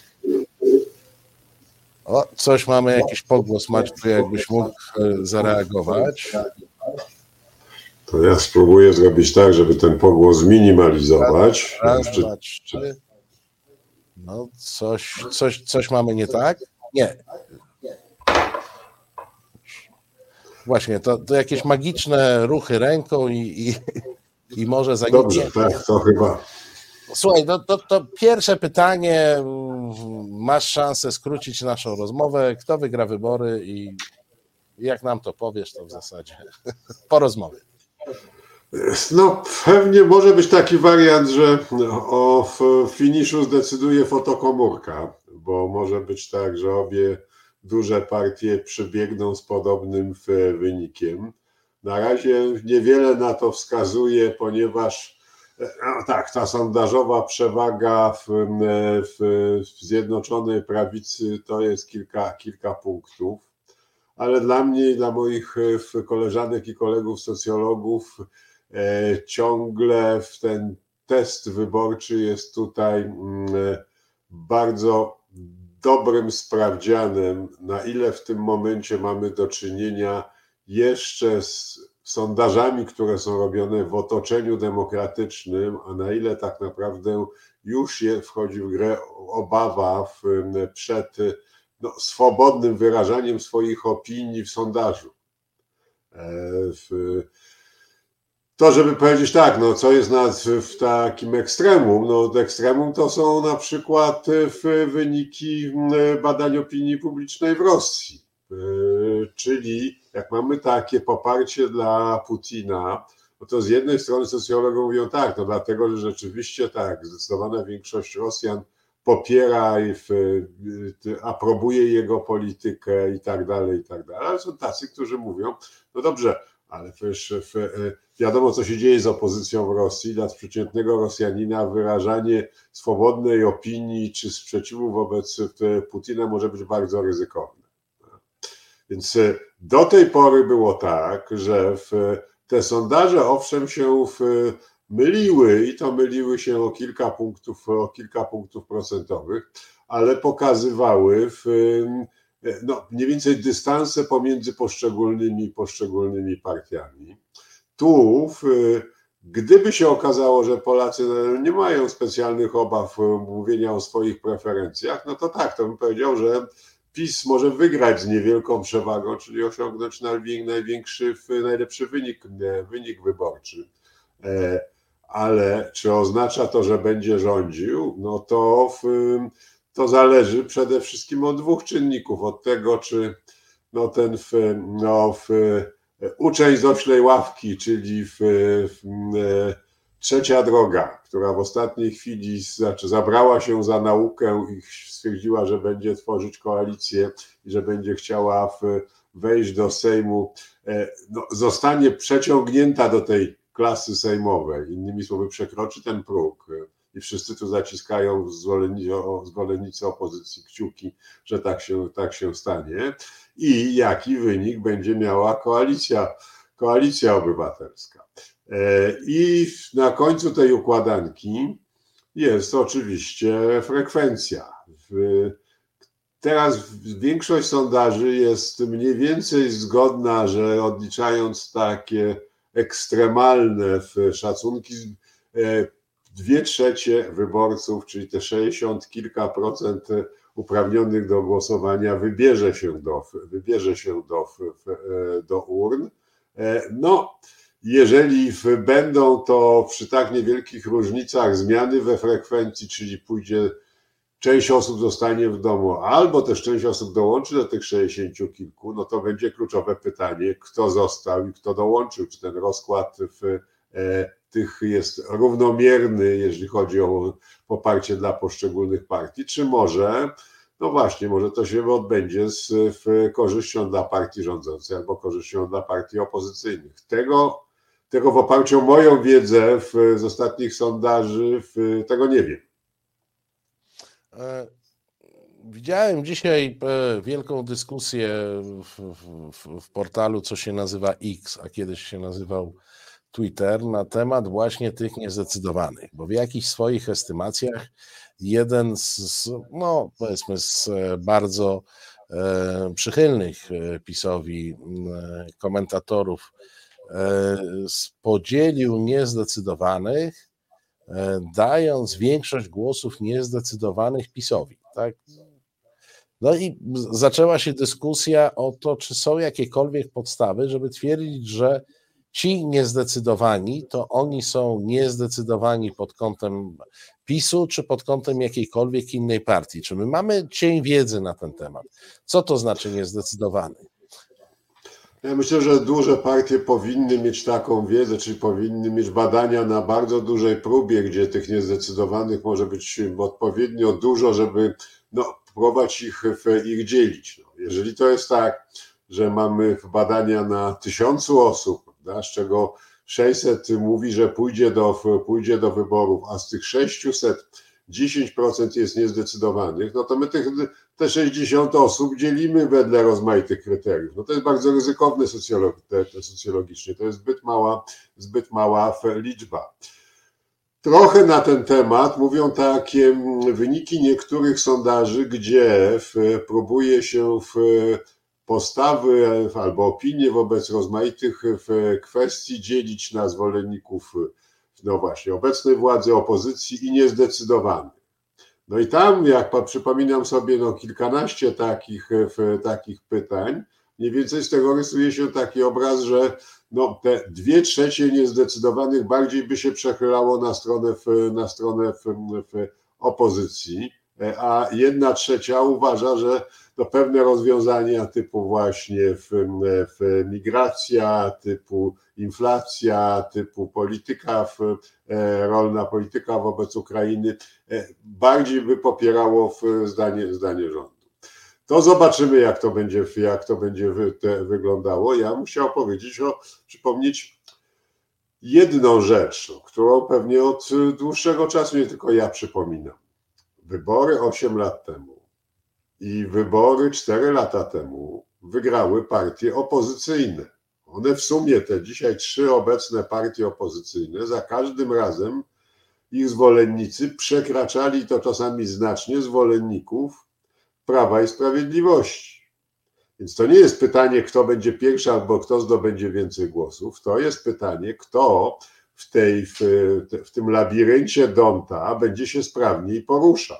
O, coś mamy, jakiś pogłos, Maćku, jakbyś mógł zareagować. To ja spróbuję zrobić tak, żeby ten pogłos zminimalizować. Raz, raz, dwa, trzy. No, coś, coś, coś mamy nie tak? Nie. Właśnie, to, to jakieś magiczne ruchy ręką i, i, i może za Dobrze, tak, to chyba. Słuchaj, to, to, to pierwsze pytanie. Masz szansę skrócić naszą rozmowę. Kto wygra wybory i jak nam to powiesz, to w zasadzie po rozmowie. No pewnie może być taki wariant, że o finiszu zdecyduje fotokomórka, bo może być tak, że obie duże partie przybiegną z podobnym wynikiem. Na razie niewiele na to wskazuje, ponieważ no tak, ta sondażowa przewaga w, w, w Zjednoczonej Prawicy to jest kilka, kilka punktów, ale dla mnie i dla moich koleżanek i kolegów socjologów ciągle ten test wyborczy jest tutaj bardzo dobrym sprawdzianem, na ile w tym momencie mamy do czynienia jeszcze z sondażami, które są robione w otoczeniu demokratycznym, a na ile tak naprawdę już je, wchodzi w grę obawa w, przed no, swobodnym wyrażaniem swoich opinii w sondażu. W, To, żeby powiedzieć tak, no co jest na, w takim ekstremum, no ekstremum to są na przykład wyniki badań opinii publicznej w Rosji, czyli jak mamy takie poparcie dla Putina, no to z jednej strony socjolodzy mówią tak, no dlatego, że rzeczywiście tak, zdecydowana większość Rosjan popiera i w, aprobuje jego politykę i tak dalej, i tak dalej, ale są tacy, którzy mówią, no dobrze, ale przecież wiadomo, co się dzieje z opozycją w Rosji. Dla przeciętnego Rosjanina wyrażanie swobodnej opinii czy sprzeciwu wobec Putina może być bardzo ryzykowne. Więc do tej pory było tak, że te sondaże owszem się myliły i to myliły się o kilka punktów, o kilka punktów procentowych, ale pokazywały w no, mniej więcej dystanse pomiędzy poszczególnymi, poszczególnymi partiami. Tu, gdyby się okazało, że Polacy nie mają specjalnych obaw mówienia o swoich preferencjach, no to tak, to bym powiedział, że PiS może wygrać z niewielką przewagą, czyli osiągnąć największy, najlepszy wynik, wynik wyborczy. Ale czy oznacza to, że będzie rządził? No to w, to zależy przede wszystkim od dwóch czynników. Od tego, czy no ten w, no w, uczeń z oślej ławki, czyli w, w, Trzecia Droga, która w ostatniej chwili znaczy zabrała się za naukę i stwierdziła, że będzie tworzyć koalicję i że będzie chciała w, wejść do Sejmu, no, zostanie przeciągnięta do tej klasy sejmowej. Innymi słowy, przekroczy ten próg. I wszyscy tu zaciskają zwolennicy opozycji kciuki, że tak się, tak się stanie. I jaki wynik będzie miała koalicja, koalicja obywatelska. I na końcu tej układanki jest oczywiście frekwencja. Teraz większość sondaży jest mniej więcej zgodna, że odliczając takie ekstremalne szacunki, dwie trzecie wyborców, czyli te sześćdziesiąt kilka procent uprawnionych do głosowania wybierze się do, wybierze się do, do urn. No jeżeli będą to przy tak niewielkich różnicach zmiany we frekwencji, czyli pójdzie, część osób zostanie w domu, albo też część osób dołączy do tych sześćdziesięciu kilku, no to będzie kluczowe pytanie, kto został i kto dołączył, czy ten rozkład w tych jest równomierny, jeżeli chodzi o poparcie dla poszczególnych partii, czy może, no właśnie, może to się odbędzie z w korzyścią dla partii rządzącej albo korzyścią dla partii opozycyjnych. Tego, tego w oparciu o moją wiedzę w, z ostatnich sondaży, w, tego nie wiem. Widziałem dzisiaj wielką dyskusję w, w, w portalu, co się nazywa X, a kiedyś się nazywał Twitter, na temat właśnie tych niezdecydowanych, bo w jakichś swoich estymacjach jeden z, no powiedzmy, z bardzo e, przychylnych PiS-owi e, komentatorów e, podzielił niezdecydowanych, e, dając większość głosów niezdecydowanych PiS-owi, tak? No i zaczęła się dyskusja o to, czy są jakiekolwiek podstawy, żeby twierdzić, że ci niezdecydowani, to oni są niezdecydowani pod kątem PiS-u, czy pod kątem jakiejkolwiek innej partii. Czy my mamy cień wiedzy na ten temat? Co to znaczy niezdecydowany? Ja myślę, że duże partie powinny mieć taką wiedzę, czyli powinny mieć badania na bardzo dużej próbie, gdzie tych niezdecydowanych może być odpowiednio dużo, żeby no, próbować ich, ich dzielić. No, jeżeli to jest tak, że mamy badania na tysiącu osób, z czego sześćset mówi, że pójdzie do, pójdzie do wyborów, a z tych sześciuset dziesięć procent jest niezdecydowanych, no to my tych, te sześćdziesiąt osób dzielimy wedle rozmaitych kryteriów. No to jest bardzo ryzykowne socjolog, te, te socjologicznie, to jest zbyt mała, zbyt mała liczba. Trochę na ten temat mówią takie wyniki niektórych sondaży, gdzie w, próbuje się w postawy albo opinie wobec rozmaitych kwestii dzielić na zwolenników, no właśnie, obecnej władzy, opozycji i niezdecydowanych. No i tam, jak przypominam sobie, no kilkanaście takich, takich pytań, mniej więcej z tego rysuje się taki obraz, że no te dwie trzecie niezdecydowanych bardziej by się przechylało na stronę, na stronę w, w opozycji, a jedna trzecia uważa, że to pewne rozwiązania typu właśnie w, w migracja, typu inflacja, typu polityka w, rolna, polityka wobec Ukrainy bardziej by popierało w zdanie, zdanie rządu. To zobaczymy, jak to będzie, jak to będzie wy, te, wyglądało. Ja musiał powiedzieć, o, przypomnieć jedną rzecz, którą pewnie od dłuższego czasu nie tylko ja przypominam. Wybory osiem lat temu i wybory cztery lata temu wygrały partie opozycyjne. One w sumie, te dzisiaj trzy obecne partie opozycyjne, za każdym razem ich zwolennicy przekraczali, to czasami znacznie, zwolenników Prawa i Sprawiedliwości. Więc to nie jest pytanie, kto będzie pierwszy albo kto zdobędzie więcej głosów. To jest pytanie, kto w, tej, w, w tym labiryncie Donta będzie się sprawniej poruszał.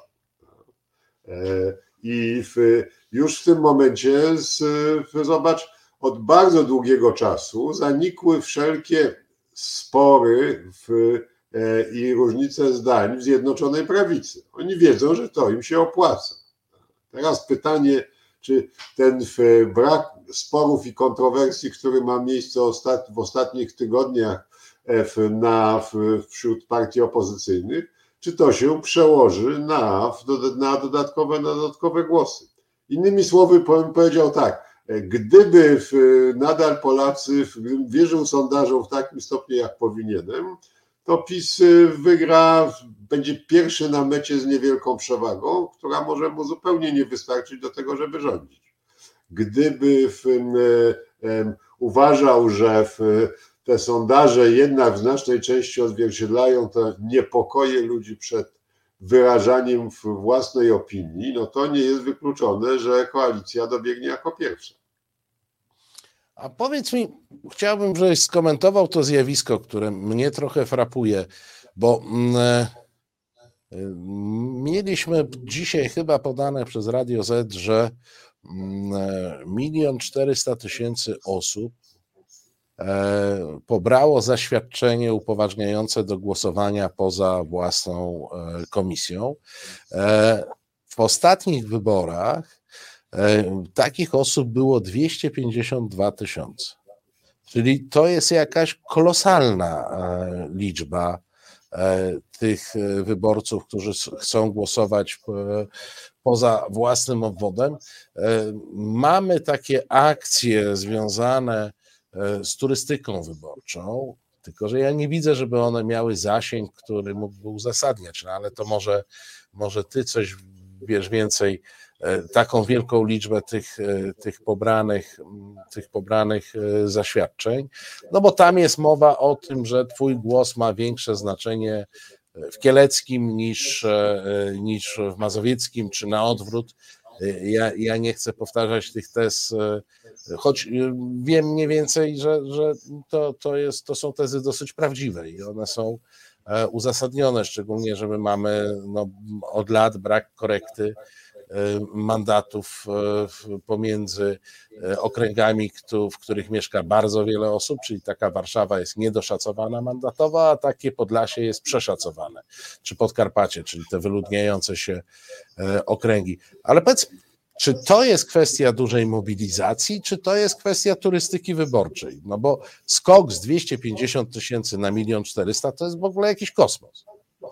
I w, już w tym momencie, z, zobacz, od bardzo długiego czasu zanikły wszelkie spory w, i różnice zdań w Zjednoczonej Prawicy. Oni wiedzą, że to im się opłaca. Teraz pytanie, czy ten brak sporów i kontrowersji, który ma miejsce w ostatnich tygodniach na, wśród partii opozycyjnych, czy to się przełoży na, na, dodatkowe, na dodatkowe głosy. Innymi słowy, powiem, powiedział tak, gdyby nadal Polacy, gdybym wierzył sondażom w takim stopniu, jak powinienem, to PiS wygra, będzie pierwszy na mecie z niewielką przewagą, która może mu zupełnie nie wystarczyć do tego, żeby rządzić. Gdyby w, um, uważał, że w, te sondaże jednak w znacznej części odzwierciedlają te niepokoje ludzi przed wyrażaniem własnej opinii, no to nie jest wykluczone, że koalicja dobiegnie jako pierwsza. A powiedz mi, chciałbym, żebyś skomentował to zjawisko, które mnie trochę frapuje, bo mm, mieliśmy dzisiaj chyba podane przez Radio Z, że milion czterysta tysięcy osób pobrało zaświadczenie upoważniające do głosowania poza własną komisją. W ostatnich wyborach takich osób było dwieście pięćdziesiąt dwa tysiące. Czyli to jest jakaś kolosalna liczba tych wyborców, którzy chcą głosować poza własnym obwodem. Mamy takie akcje związane z turystyką wyborczą, tylko że ja nie widzę, żeby one miały zasięg, który mógłby uzasadniać, no ale to może, może ty coś wiesz więcej, taką wielką liczbę tych, tych, pobranych, tych pobranych zaświadczeń, no bo tam jest mowa o tym, że twój głos ma większe znaczenie w Kieleckim niż, niż w Mazowieckim, czy na odwrót. Ja, ja nie chcę powtarzać tych tez, choć wiem mniej więcej, że, że to, to, jest, to są tezy dosyć prawdziwe i one są uzasadnione, szczególnie, że my mamy no, od lat brak korekty mandatów pomiędzy okręgami, w których mieszka bardzo wiele osób, czyli taka Warszawa jest niedoszacowana mandatowa, a takie Podlasie jest przeszacowane, czy Podkarpacie, czyli te wyludniające się okręgi. Ale powiedz, czy to jest kwestia dużej mobilizacji, czy to jest kwestia turystyki wyborczej? No bo skok z dwieście pięćdziesiąt tysięcy na milion czterysta to jest w ogóle jakiś kosmos.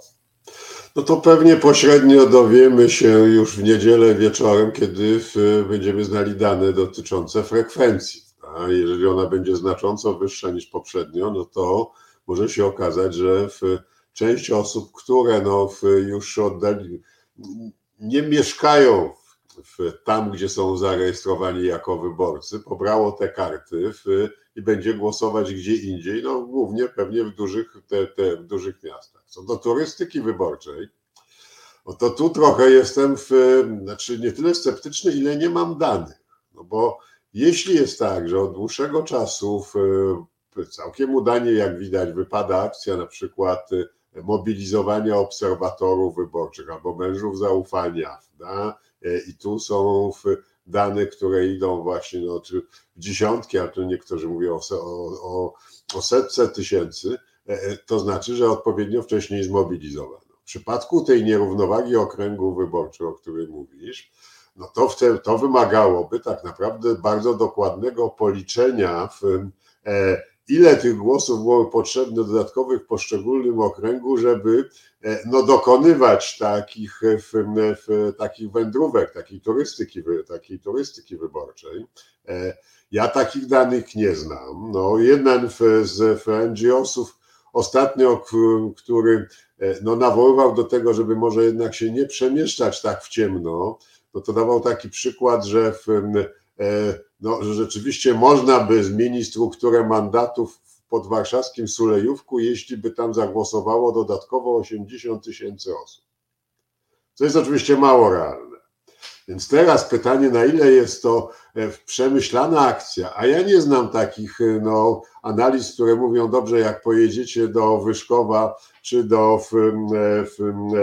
No to pewnie pośrednio dowiemy się już w niedzielę wieczorem, kiedy będziemy znali dane dotyczące frekwencji. A jeżeli ona będzie znacząco wyższa niż poprzednio, no to może się okazać, że w część osób, które no już oddali, nie mieszkają w, tam, gdzie są zarejestrowani jako wyborcy, pobrało te karty w, i będzie głosować gdzie indziej, no głównie pewnie w dużych, te, te, w dużych miastach. Co do turystyki wyborczej, no to tu trochę jestem, w, znaczy nie tyle sceptyczny, ile nie mam danych. No bo jeśli jest tak, że od dłuższego czasu w, całkiem udanie, jak widać, wypada akcja na przykład mobilizowania obserwatorów wyborczych albo mężów zaufania, da? I tu są dane, które idą właśnie no, czy w dziesiątki, a tu niektórzy mówią o, o, o setce tysięcy, to znaczy, że odpowiednio wcześniej zmobilizowano. W przypadku tej nierównowagi okręgów wyborczych, o której mówisz, no to, w te, to wymagałoby tak naprawdę bardzo dokładnego policzenia, w, e, ile tych głosów było potrzebne dodatkowych w poszczególnym okręgu, żeby no, dokonywać takich, w, w, takich wędrówek, takiej turystyki, takiej turystyki wyborczej. Ja takich danych nie znam. No, jeden z N G O sów ostatnio, który no, nawoływał do tego, żeby może jednak się nie przemieszczać tak w ciemno, no to dawał taki przykład, że, w, no, że rzeczywiście można by zmienić strukturę mandatów w podwarszawskim Sulejówku, jeśli by tam zagłosowało dodatkowo osiemdziesiąt tysięcy osób. Co jest oczywiście mało realne. Więc teraz pytanie, na ile jest to przemyślana akcja, a ja nie znam takich no, analiz, które mówią, dobrze, jak pojedziecie do Wyszkowa czy do, w, w,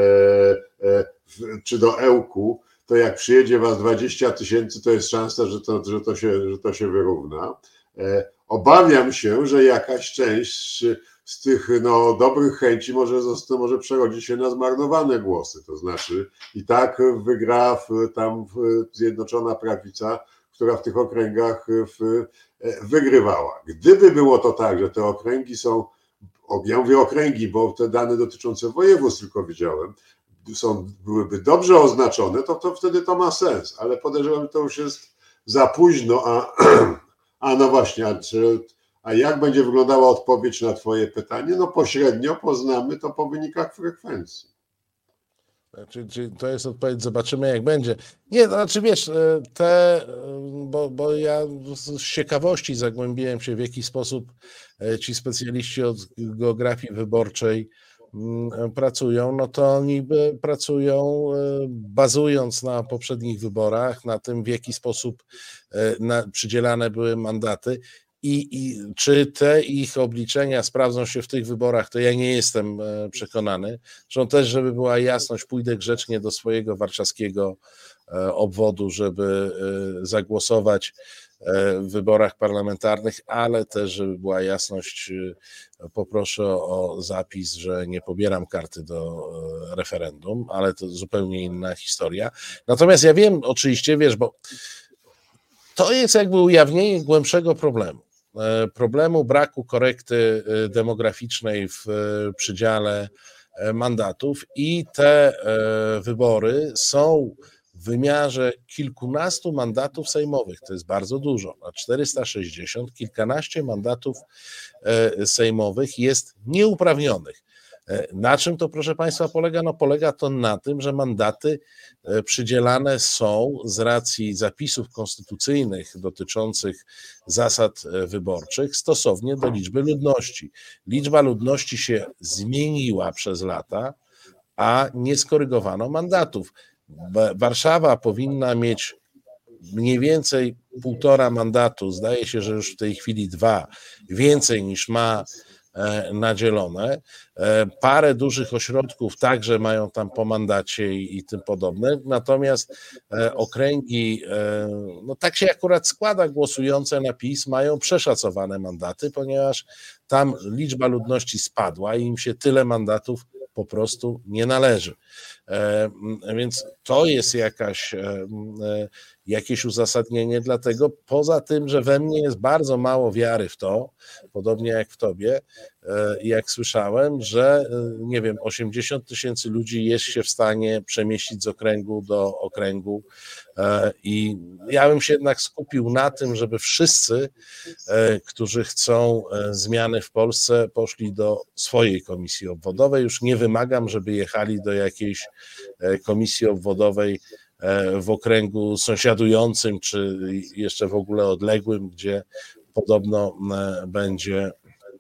w, czy do Ełku, to jak przyjedzie was dwadzieścia tysięcy, to jest szansa, że to, że to się, że to się wyrówna. Obawiam się, że jakaś część z tych no, dobrych chęci może, zostać, może przerodzić się na zmarnowane głosy. To znaczy i tak wygra w, tam w Zjednoczona Prawica, która w tych okręgach w, wygrywała. Gdyby było to tak, że te okręgi są, ja mówię okręgi, bo te dane dotyczące województw tylko widziałem, są, byłyby dobrze oznaczone, to, to wtedy to ma sens, ale podejrzewam, że to już jest za późno, a, a no właśnie, a, czy, a jak będzie wyglądała odpowiedź na twoje pytanie? No pośrednio poznamy to po wynikach frekwencji. Znaczy, czy to jest odpowiedź, zobaczymy jak będzie. Nie, to znaczy wiesz, te, bo, bo ja z ciekawości zagłębiłem się, w jaki sposób ci specjaliści od geografii wyborczej pracują, no to oni pracują bazując na poprzednich wyborach, na tym, w jaki sposób na, przydzielane były mandaty i, i czy te ich obliczenia sprawdzą się w tych wyborach, to ja nie jestem przekonany. Zresztą też, żeby była jasność, pójdę grzecznie do swojego warszawskiego obwodu, żeby zagłosować w wyborach parlamentarnych, ale też, żeby była jasność, poproszę o zapis, że nie pobieram karty do referendum, ale to zupełnie inna historia. Natomiast ja wiem oczywiście, wiesz, bo to jest jakby ujawnienie głębszego problemu. Problemu braku korekty demograficznej w przydziale mandatów i te wybory są w wymiarze kilkunastu mandatów sejmowych, to jest bardzo dużo, na czterysta sześćdziesiąt, kilkanaście mandatów sejmowych jest nieuprawnionych. Na czym to, proszę Państwa, polega? No polega to na tym, że mandaty przydzielane są z racji zapisów konstytucyjnych dotyczących zasad wyborczych stosownie do liczby ludności. Liczba ludności się zmieniła przez lata, a nie skorygowano mandatów. Warszawa powinna mieć mniej więcej półtora mandatu, zdaje się, że już w tej chwili dwa, więcej niż ma nadzielone. Parę dużych ośrodków także mają tam po mandacie i, i tym podobne, natomiast okręgi, no tak się akurat składa, głosujące na PiS mają przeszacowane mandaty, ponieważ tam liczba ludności spadła i im się tyle mandatów po prostu nie należy. Więc to jest jakaś, jakieś uzasadnienie dla tego, poza tym, że we mnie jest bardzo mało wiary w to, podobnie jak w tobie, jak słyszałem, że nie wiem, osiemdziesiąt tysięcy ludzi jest się w stanie przemieścić z okręgu do okręgu i ja bym się jednak skupił na tym, żeby wszyscy, którzy chcą zmiany w Polsce, poszli do swojej komisji obwodowej. Już nie wymagam, żeby jechali do jakiejś komisji obwodowej w okręgu sąsiadującym, czy jeszcze w ogóle odległym, gdzie podobno będzie,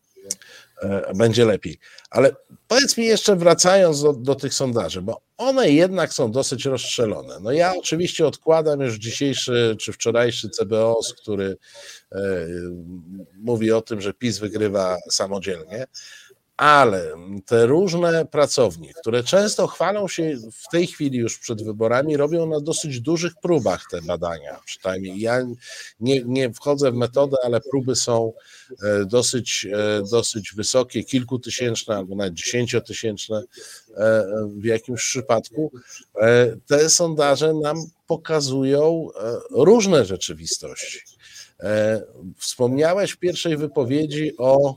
będzie lepiej. Ale powiedz mi jeszcze, wracając do, do tych sondaży, bo one jednak są dosyć rozstrzelone. No ja oczywiście odkładam już dzisiejszy czy wczorajszy C B O S, który mówi o tym, że PiS wygrywa samodzielnie, ale te różne pracownie, które często chwalą się w tej chwili już przed wyborami, robią na dosyć dużych próbach te badania. Przynajmniej ja nie, nie wchodzę w metodę, ale próby są dosyć, dosyć wysokie, kilkutysięczne albo nawet dziesięciotysięczne w jakimś przypadku. Te sondaże nam pokazują różne rzeczywistości. Wspomniałeś w pierwszej wypowiedzi o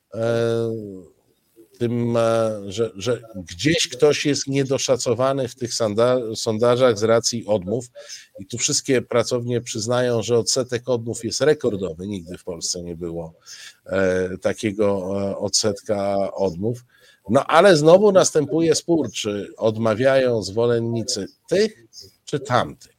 tym, że, że gdzieś ktoś jest niedoszacowany w tych sondażach z racji odmów i tu wszystkie pracownie przyznają, że odsetek odmów jest rekordowy, nigdy w Polsce nie było takiego odsetka odmów, no ale znowu następuje spór, czy odmawiają zwolennicy tych, czy tamtych.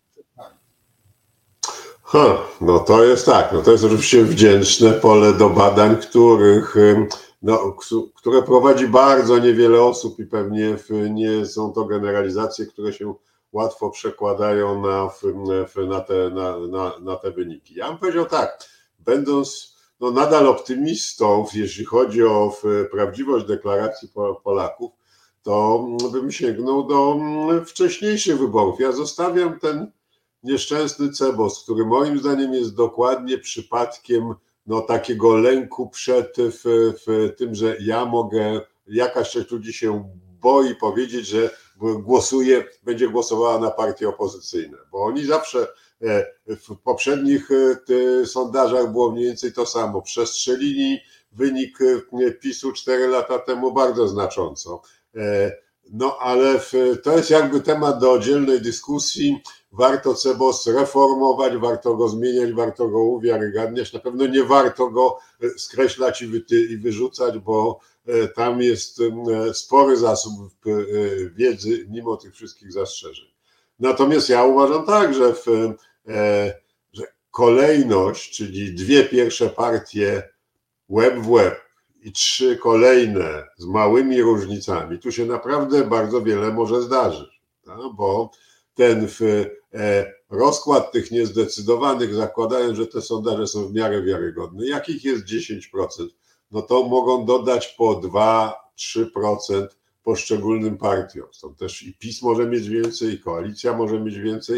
Ha, no to jest tak, no to jest oczywiście wdzięczne pole do badań, których No, które prowadzi bardzo niewiele osób i pewnie nie są to generalizacje, które się łatwo przekładają na, na, te, na, na, na te wyniki. Ja bym powiedział tak, będąc no, nadal optymistą, jeśli chodzi o prawdziwość deklaracji Polaków, to bym sięgnął do wcześniejszych wyborów. Ja zostawiam ten nieszczęsny C B O S, który moim zdaniem jest dokładnie przypadkiem no, takiego lęku przed w, w tym, że ja mogę, jakaś część ludzi się boi powiedzieć, że głosuje, będzie głosowała na partie opozycyjne, bo oni zawsze w poprzednich sondażach było mniej więcej to samo. Przestrzelili wynik PiS-u cztery lata temu bardzo znacząco. No ale to jest jakby temat do oddzielnej dyskusji. Warto C B O S reformować, warto go zmieniać, warto go uwiarygadniać. Na pewno nie warto go skreślać i, wy, i wyrzucać, bo tam jest spory zasób wiedzy, mimo tych wszystkich zastrzeżeń. Natomiast ja uważam tak, że, w, że kolejność, czyli dwie pierwsze partie łeb w łeb i trzy kolejne z małymi różnicami, tu się naprawdę bardzo wiele może zdarzyć, no, bo ten w, e, rozkład tych niezdecydowanych, zakładając, że te sondaże są w miarę wiarygodne, jakich jest dziesięć procent, no to mogą dodać po dwa do trzech procent poszczególnym partiom. Stąd też i PiS może mieć więcej, i koalicja może mieć więcej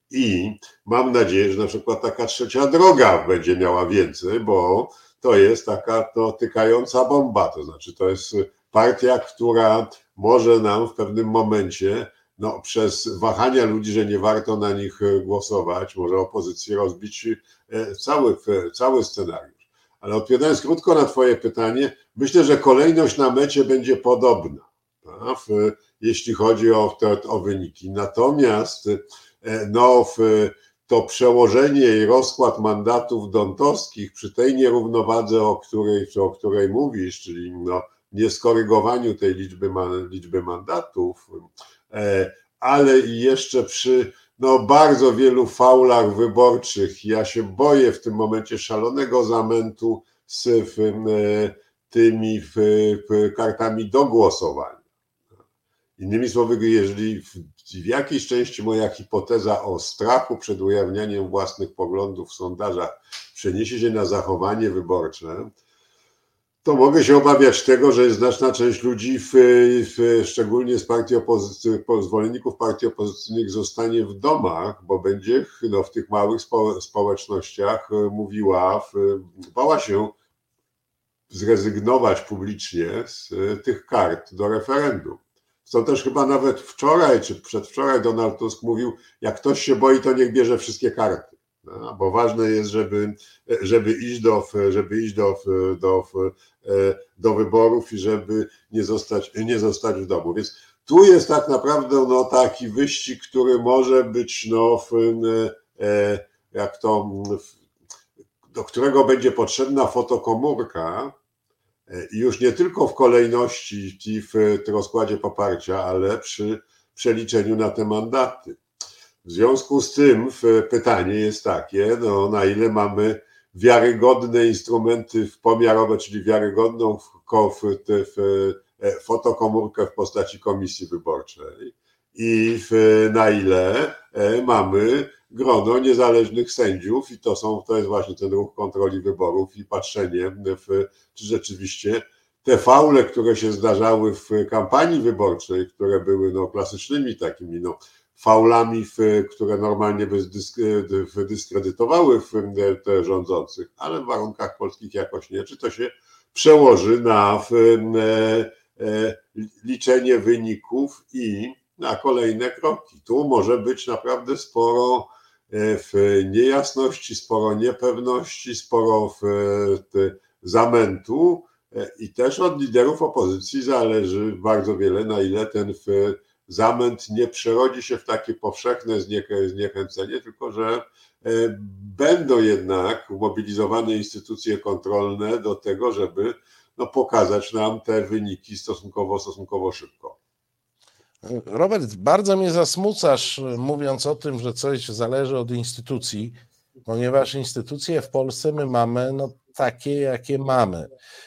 I mam nadzieję, że na przykład taka trzecia droga będzie miała więcej, bo to jest taka to tykająca bomba, to znaczy to jest partia, która może nam w pewnym momencie no, przez wahania ludzi, że nie warto na nich głosować, może opozycji rozbić cały, cały scenariusz. Ale odpowiadając krótko na twoje pytanie, myślę, że kolejność na mecie będzie podobna, w, jeśli chodzi o, te, o wyniki. Natomiast no, w, to przełożenie i rozkład mandatów dontowskich przy tej nierównowadze, o której, o której mówisz, czyli no, nieskorygowaniu tej liczby, liczby mandatów, ale i jeszcze przy no, bardzo wielu faulach wyborczych. Ja się boję w tym momencie szalonego zamętu z w, tymi w, w kartami do głosowania. Innymi słowy, jeżeli w, w jakiejś części moja hipoteza o strachu przed ujawnianiem własnych poglądów w sondażach przeniesie się na zachowanie wyborcze, to mogę się obawiać tego, że znaczna część ludzi, w, w, szczególnie z partii opozycji, zwolenników partii opozycyjnych, zostanie w domach, bo będzie no, w tych małych spo, społecznościach mówiła, w, bała się zrezygnować publicznie z tych kart do referendum. Stąd też chyba nawet wczoraj czy przedwczoraj Donald Tusk mówił, jak ktoś się boi, to niech bierze wszystkie karty. No, bo ważne jest, żeby, żeby iść, do, żeby iść do, do, do wyborów i żeby nie zostać, nie zostać w domu. Więc tu jest tak naprawdę no, taki wyścig, który może być, no, w, jak to, do którego będzie potrzebna fotokomórka i już nie tylko w kolejności i w rozkładzie poparcia, ale przy przeliczeniu na te mandaty. W związku z tym pytanie jest takie, no, na ile mamy wiarygodne instrumenty pomiarowe, czyli wiarygodną w, w, w, fotokomórkę w postaci komisji wyborczej i w, na ile mamy grono niezależnych sędziów i to są, to jest właśnie ten ruch kontroli wyborów i patrzenie w, czy rzeczywiście te faule, które się zdarzały w kampanii wyborczej, które były no, klasycznymi takimi no, faulami, które normalnie by dyskredytowały te rządzących, ale w warunkach polskich jakoś nie. Czy to się przełoży na liczenie wyników i na kolejne kroki? Tu może być naprawdę sporo niejasności, sporo niepewności, sporo zamętu i też od liderów opozycji zależy bardzo wiele, na ile ten zamęt nie przerodzi się w takie powszechne zniechęcenie, tylko że będą jednak mobilizowane instytucje kontrolne do tego, żeby no, pokazać nam te wyniki stosunkowo, stosunkowo szybko. Robert, bardzo mnie zasmucasz, mówiąc o tym, że coś zależy od instytucji, ponieważ instytucje w Polsce my mamy no, takie, jakie mamy.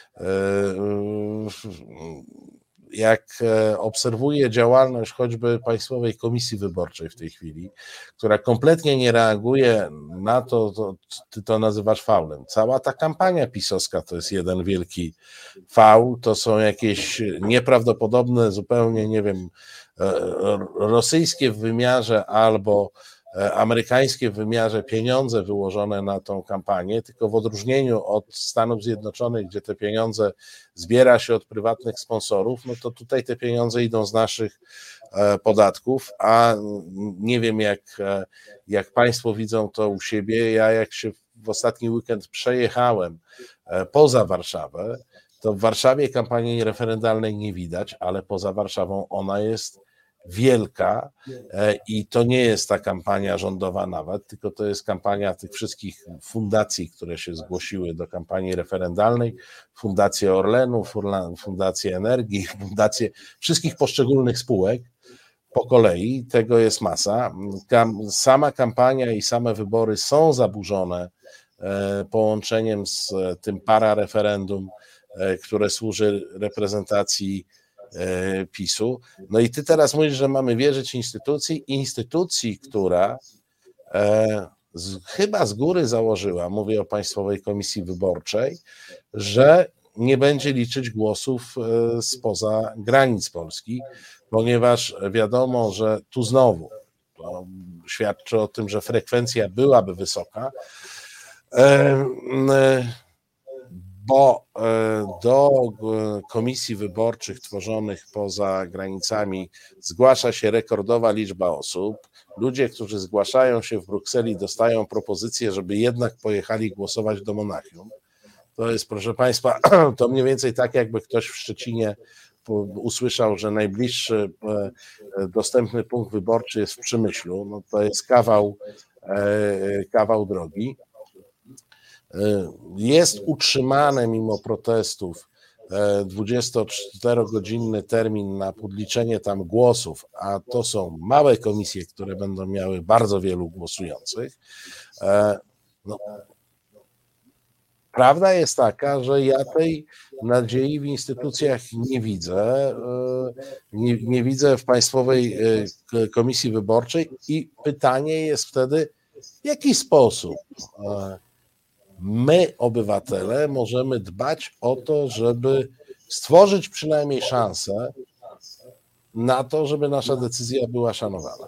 Jak obserwuję działalność choćby Państwowej Komisji Wyborczej w tej chwili, która kompletnie nie reaguje na to, to ty to nazywasz faulem. Cała ta kampania pisowska to jest jeden wielki faul, to są jakieś nieprawdopodobne, zupełnie, nie wiem, rosyjskie w wymiarze albo amerykańskie w wymiarze pieniądze wyłożone na tą kampanię, tylko w odróżnieniu od Stanów Zjednoczonych, gdzie te pieniądze zbiera się od prywatnych sponsorów, no to tutaj te pieniądze idą z naszych podatków, a nie wiem jak, jak Państwo widzą to u siebie. Ja jak się w ostatni weekend przejechałem poza Warszawę, to w Warszawie kampanii referendalnej nie widać, ale poza Warszawą ona jest wielka i to nie jest ta kampania rządowa nawet, tylko to jest kampania tych wszystkich fundacji, które się zgłosiły do kampanii referendalnej, Fundacje Orlenu, Fundacje Energii, Fundacje wszystkich poszczególnych spółek po kolei, tego jest masa. Sama kampania i same wybory są zaburzone połączeniem z tym parareferendum, które służy reprezentacji PiSu. No i ty teraz mówisz, że mamy wierzyć instytucji, instytucji, która e, z, chyba z góry założyła, mówię o Państwowej Komisji Wyborczej, że nie będzie liczyć głosów e, spoza granic Polski, ponieważ wiadomo, że tu znowu, świadczy o tym, że frekwencja byłaby wysoka, bo do komisji wyborczych tworzonych poza granicami zgłasza się rekordowa liczba osób. Ludzie, którzy zgłaszają się w Brukseli, dostają propozycję, żeby jednak pojechali głosować do Monachium. To jest, proszę Państwa, to mniej więcej tak, jakby ktoś w Szczecinie usłyszał, że najbliższy dostępny punkt wyborczy jest w Przemyślu. No to jest kawał, kawał drogi. Jest utrzymany mimo protestów dwudziestoczterogodzinny termin na podliczenie tam głosów, a to są małe komisje, które będą miały bardzo wielu głosujących. No, prawda jest taka, że ja tej nadziei w instytucjach nie widzę, nie, nie widzę w Państwowej Komisji Wyborczej i pytanie jest wtedy, w jaki sposób my, obywatele, możemy dbać o to, żeby stworzyć przynajmniej szansę na to, żeby nasza decyzja była szanowana.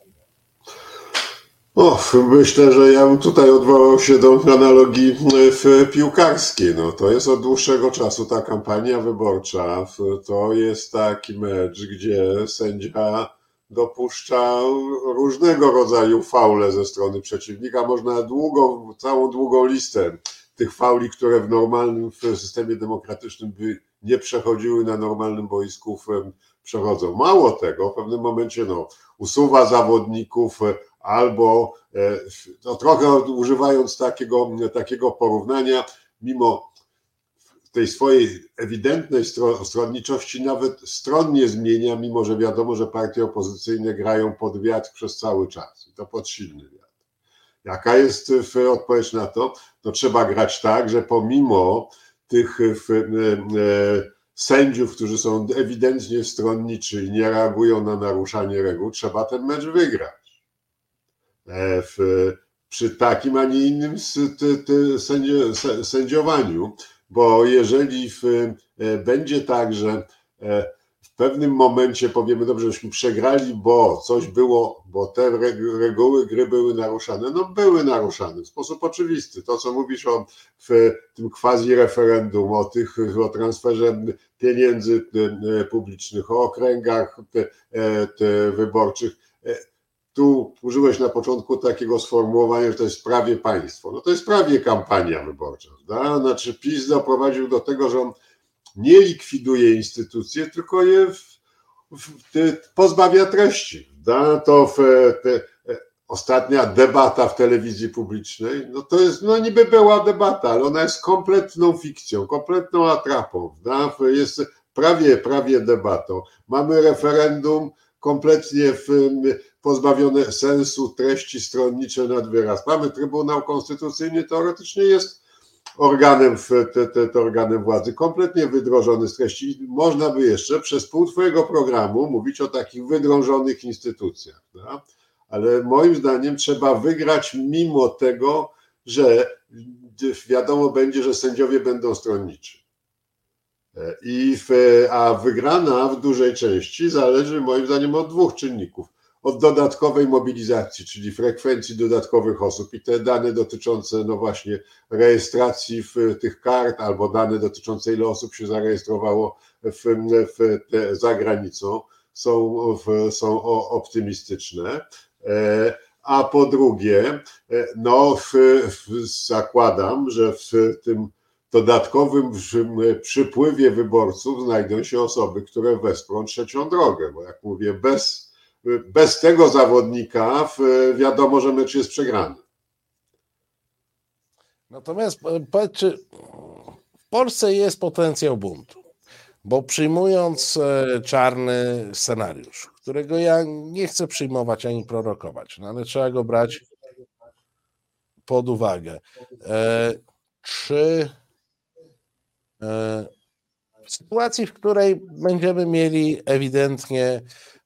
O, myślę, że ja bym tutaj odwołał się do analogii w piłkarskiej. No, to jest od dłuższego czasu ta kampania wyborcza. To jest taki mecz, gdzie sędzia dopuszcza różnego rodzaju faule ze strony przeciwnika. Można długą, całą długą listę tych fauli, które w normalnym w systemie demokratycznym by nie przechodziły na normalnym boisku, przechodzą. Mało tego, w pewnym momencie no, usuwa zawodników albo no, trochę używając takiego, takiego porównania, mimo tej swojej ewidentnej stronniczości nawet stron nie zmienia, mimo że wiadomo, że partie opozycyjne grają pod wiatr przez cały czas. I to pod silny wiatr. Jaka jest odpowiedź na to? To trzeba grać tak, że pomimo tych sędziów, którzy są ewidentnie stronniczy i nie reagują na naruszanie reguł, trzeba ten mecz wygrać. W, przy takim, a nie innym sędziowaniu. Bo jeżeli w, będzie tak, że w pewnym momencie powiemy, dobrze, żeśmy przegrali, bo coś było, bo te reguły gry były naruszane, no były naruszane w sposób oczywisty. To, co mówisz o w tym quasi-referendum, o tych, o transferze pieniędzy publicznych, o okręgach te, te wyborczych, tu użyłeś na początku takiego sformułowania, że to jest prawie państwo. No to jest prawie kampania wyborcza. Da? Znaczy PiS doprowadził do tego, że on nie likwiduje instytucje, tylko je w, w, te, pozbawia treści. Da? To w, te, ostatnia debata w telewizji publicznej, no to jest, no niby była debata, ale ona jest kompletną fikcją, kompletną atrapą. Da? Jest prawie, prawie debatą. Mamy referendum kompletnie w, pozbawione sensu, treści stronnicze nad wyraz. Mamy Trybunał Konstytucyjny, teoretycznie jest organem, te, te, te organem władzy, kompletnie wydrożony z treści. Można by jeszcze przez pół twojego programu mówić o takich wydrążonych instytucjach. Da? Ale moim zdaniem trzeba wygrać mimo tego, że wiadomo będzie, że sędziowie będą stronniczy. I w, a wygrana w dużej części zależy moim zdaniem od dwóch czynników. Od dodatkowej mobilizacji, czyli frekwencji dodatkowych osób i te dane dotyczące no właśnie rejestracji w tych kart albo dane dotyczące ile osób się zarejestrowało w, w te, za granicą są, w, są optymistyczne. A po drugie, no w, w, zakładam, że w tym dodatkowym przypływie wyborców znajdą się osoby, które wesprą trzecią drogę, bo jak mówię, bez, bez tego zawodnika wiadomo, że mecz jest przegrany. Natomiast czy w Polsce jest potencjał buntu, bo przyjmując czarny scenariusz, którego ja nie chcę przyjmować ani prorokować, no ale trzeba go brać pod uwagę. Czy w sytuacji, w której będziemy mieli ewidentnie,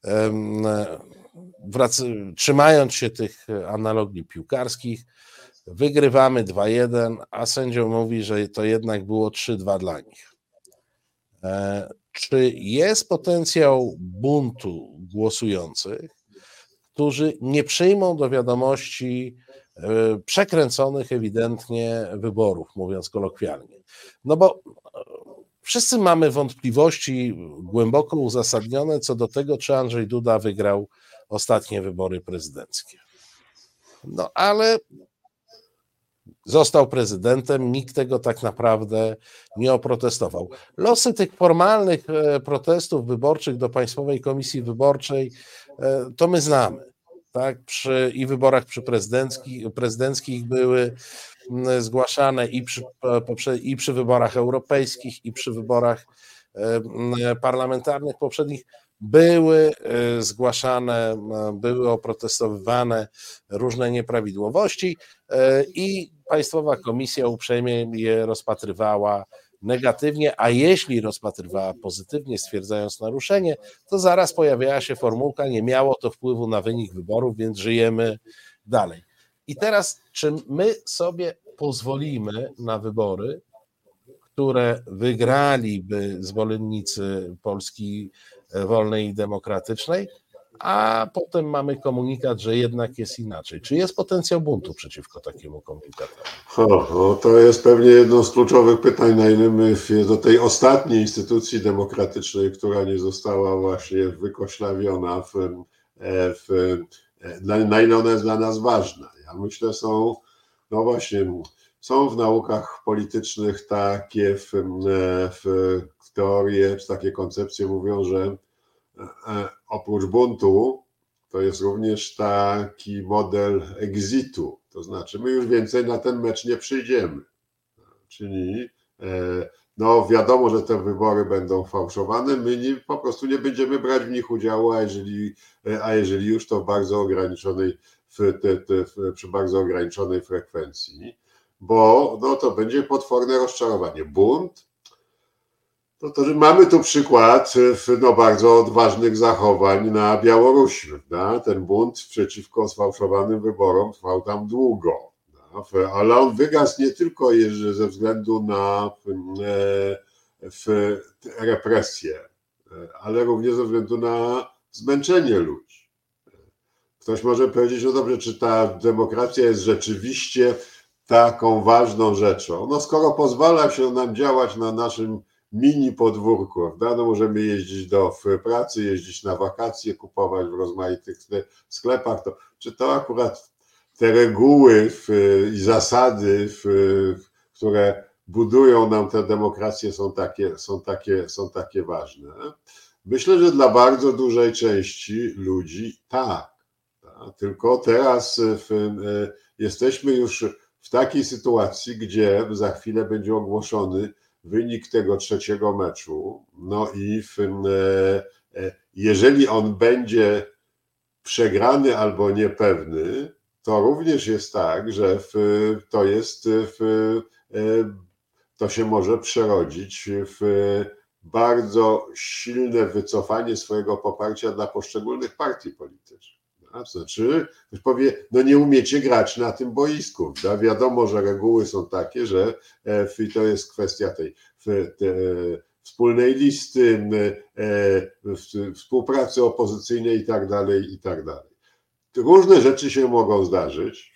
wrac- trzymając się tych analogii piłkarskich, wygrywamy dwa jeden, a sędzia mówi, że to jednak było trzy dwa dla nich. Czy jest potencjał buntu głosujących, którzy nie przyjmą do wiadomości przekręconych ewidentnie wyborów, mówiąc kolokwialnie. No bo wszyscy mamy wątpliwości głęboko uzasadnione co do tego, czy Andrzej Duda wygrał ostatnie wybory prezydenckie. No ale został prezydentem, nikt tego tak naprawdę nie oprotestował. Losy tych formalnych protestów wyborczych do Państwowej Komisji Wyborczej to my znamy. Tak, przy i wyborach przy prezydenckich, prezydenckich były zgłaszane i przy, i przy wyborach europejskich, i przy wyborach parlamentarnych poprzednich były zgłaszane, były oprotestowywane różne nieprawidłowości i Państwowa Komisja uprzejmie je rozpatrywała negatywnie, a jeśli rozpatrywała pozytywnie, stwierdzając naruszenie, to zaraz pojawiała się formułka, nie miało to wpływu na wynik wyborów, więc żyjemy dalej. I teraz, czy my sobie pozwolimy na wybory, które wygraliby zwolennicy Polski wolnej i demokratycznej, a potem mamy komunikat, że jednak jest inaczej. Czy jest potencjał buntu przeciwko takiemu komunikatowi? O, o, to jest pewnie jedno z kluczowych pytań, na ile my do tej ostatniej instytucji demokratycznej, która nie została właśnie wykoślawiona, w, w, na ile ona jest dla nas ważna. Ja myślę, są, no właśnie, są w naukach politycznych takie w, w teorie, czy takie koncepcje mówią, że oprócz buntu to jest również taki model exitu, to znaczy my już więcej na ten mecz nie przyjdziemy, czyli no wiadomo, że te wybory będą fałszowane, my nie, po prostu nie będziemy brać w nich udziału, a jeżeli, a jeżeli już to w bardzo ograniczonej, w, te, te, w, przy bardzo ograniczonej frekwencji, bo no, to będzie potworne rozczarowanie. Bunt, to, to że mamy tu przykład no, bardzo odważnych zachowań na Białorusi. Prawda? Ten bunt przeciwko sfałszowanym wyborom trwał tam długo, prawda? Ale on wygasł nie tylko ze względu na w represję, ale również ze względu na zmęczenie ludzi. Ktoś może powiedzieć, no dobrze, czy ta demokracja jest rzeczywiście taką ważną rzeczą? No skoro pozwala się nam działać na naszym mini podwórku, prawda? No możemy jeździć do pracy, jeździć na wakacje, kupować w rozmaitych sklepach, to czy to akurat te reguły w, i zasady, w, które budują nam tę demokrację, są takie, są takie, są takie ważne? Myślę, że dla bardzo dużej części ludzi tak. tak? Tylko teraz w, jesteśmy już w takiej sytuacji, gdzie za chwilę będzie ogłoszony wynik tego trzeciego meczu, no i w, jeżeli on będzie przegrany albo niepewny, to również jest tak, że w, to jest w, to się może przerodzić w bardzo silne wycofanie swojego poparcia dla poszczególnych partii politycznych. To znaczy, ktoś powie, no nie umiecie grać na tym boisku. Da? Wiadomo, że reguły są takie, że i to jest kwestia tej te, wspólnej listy, współpracy opozycyjnej i tak dalej, i tak dalej. Różne rzeczy się mogą zdarzyć,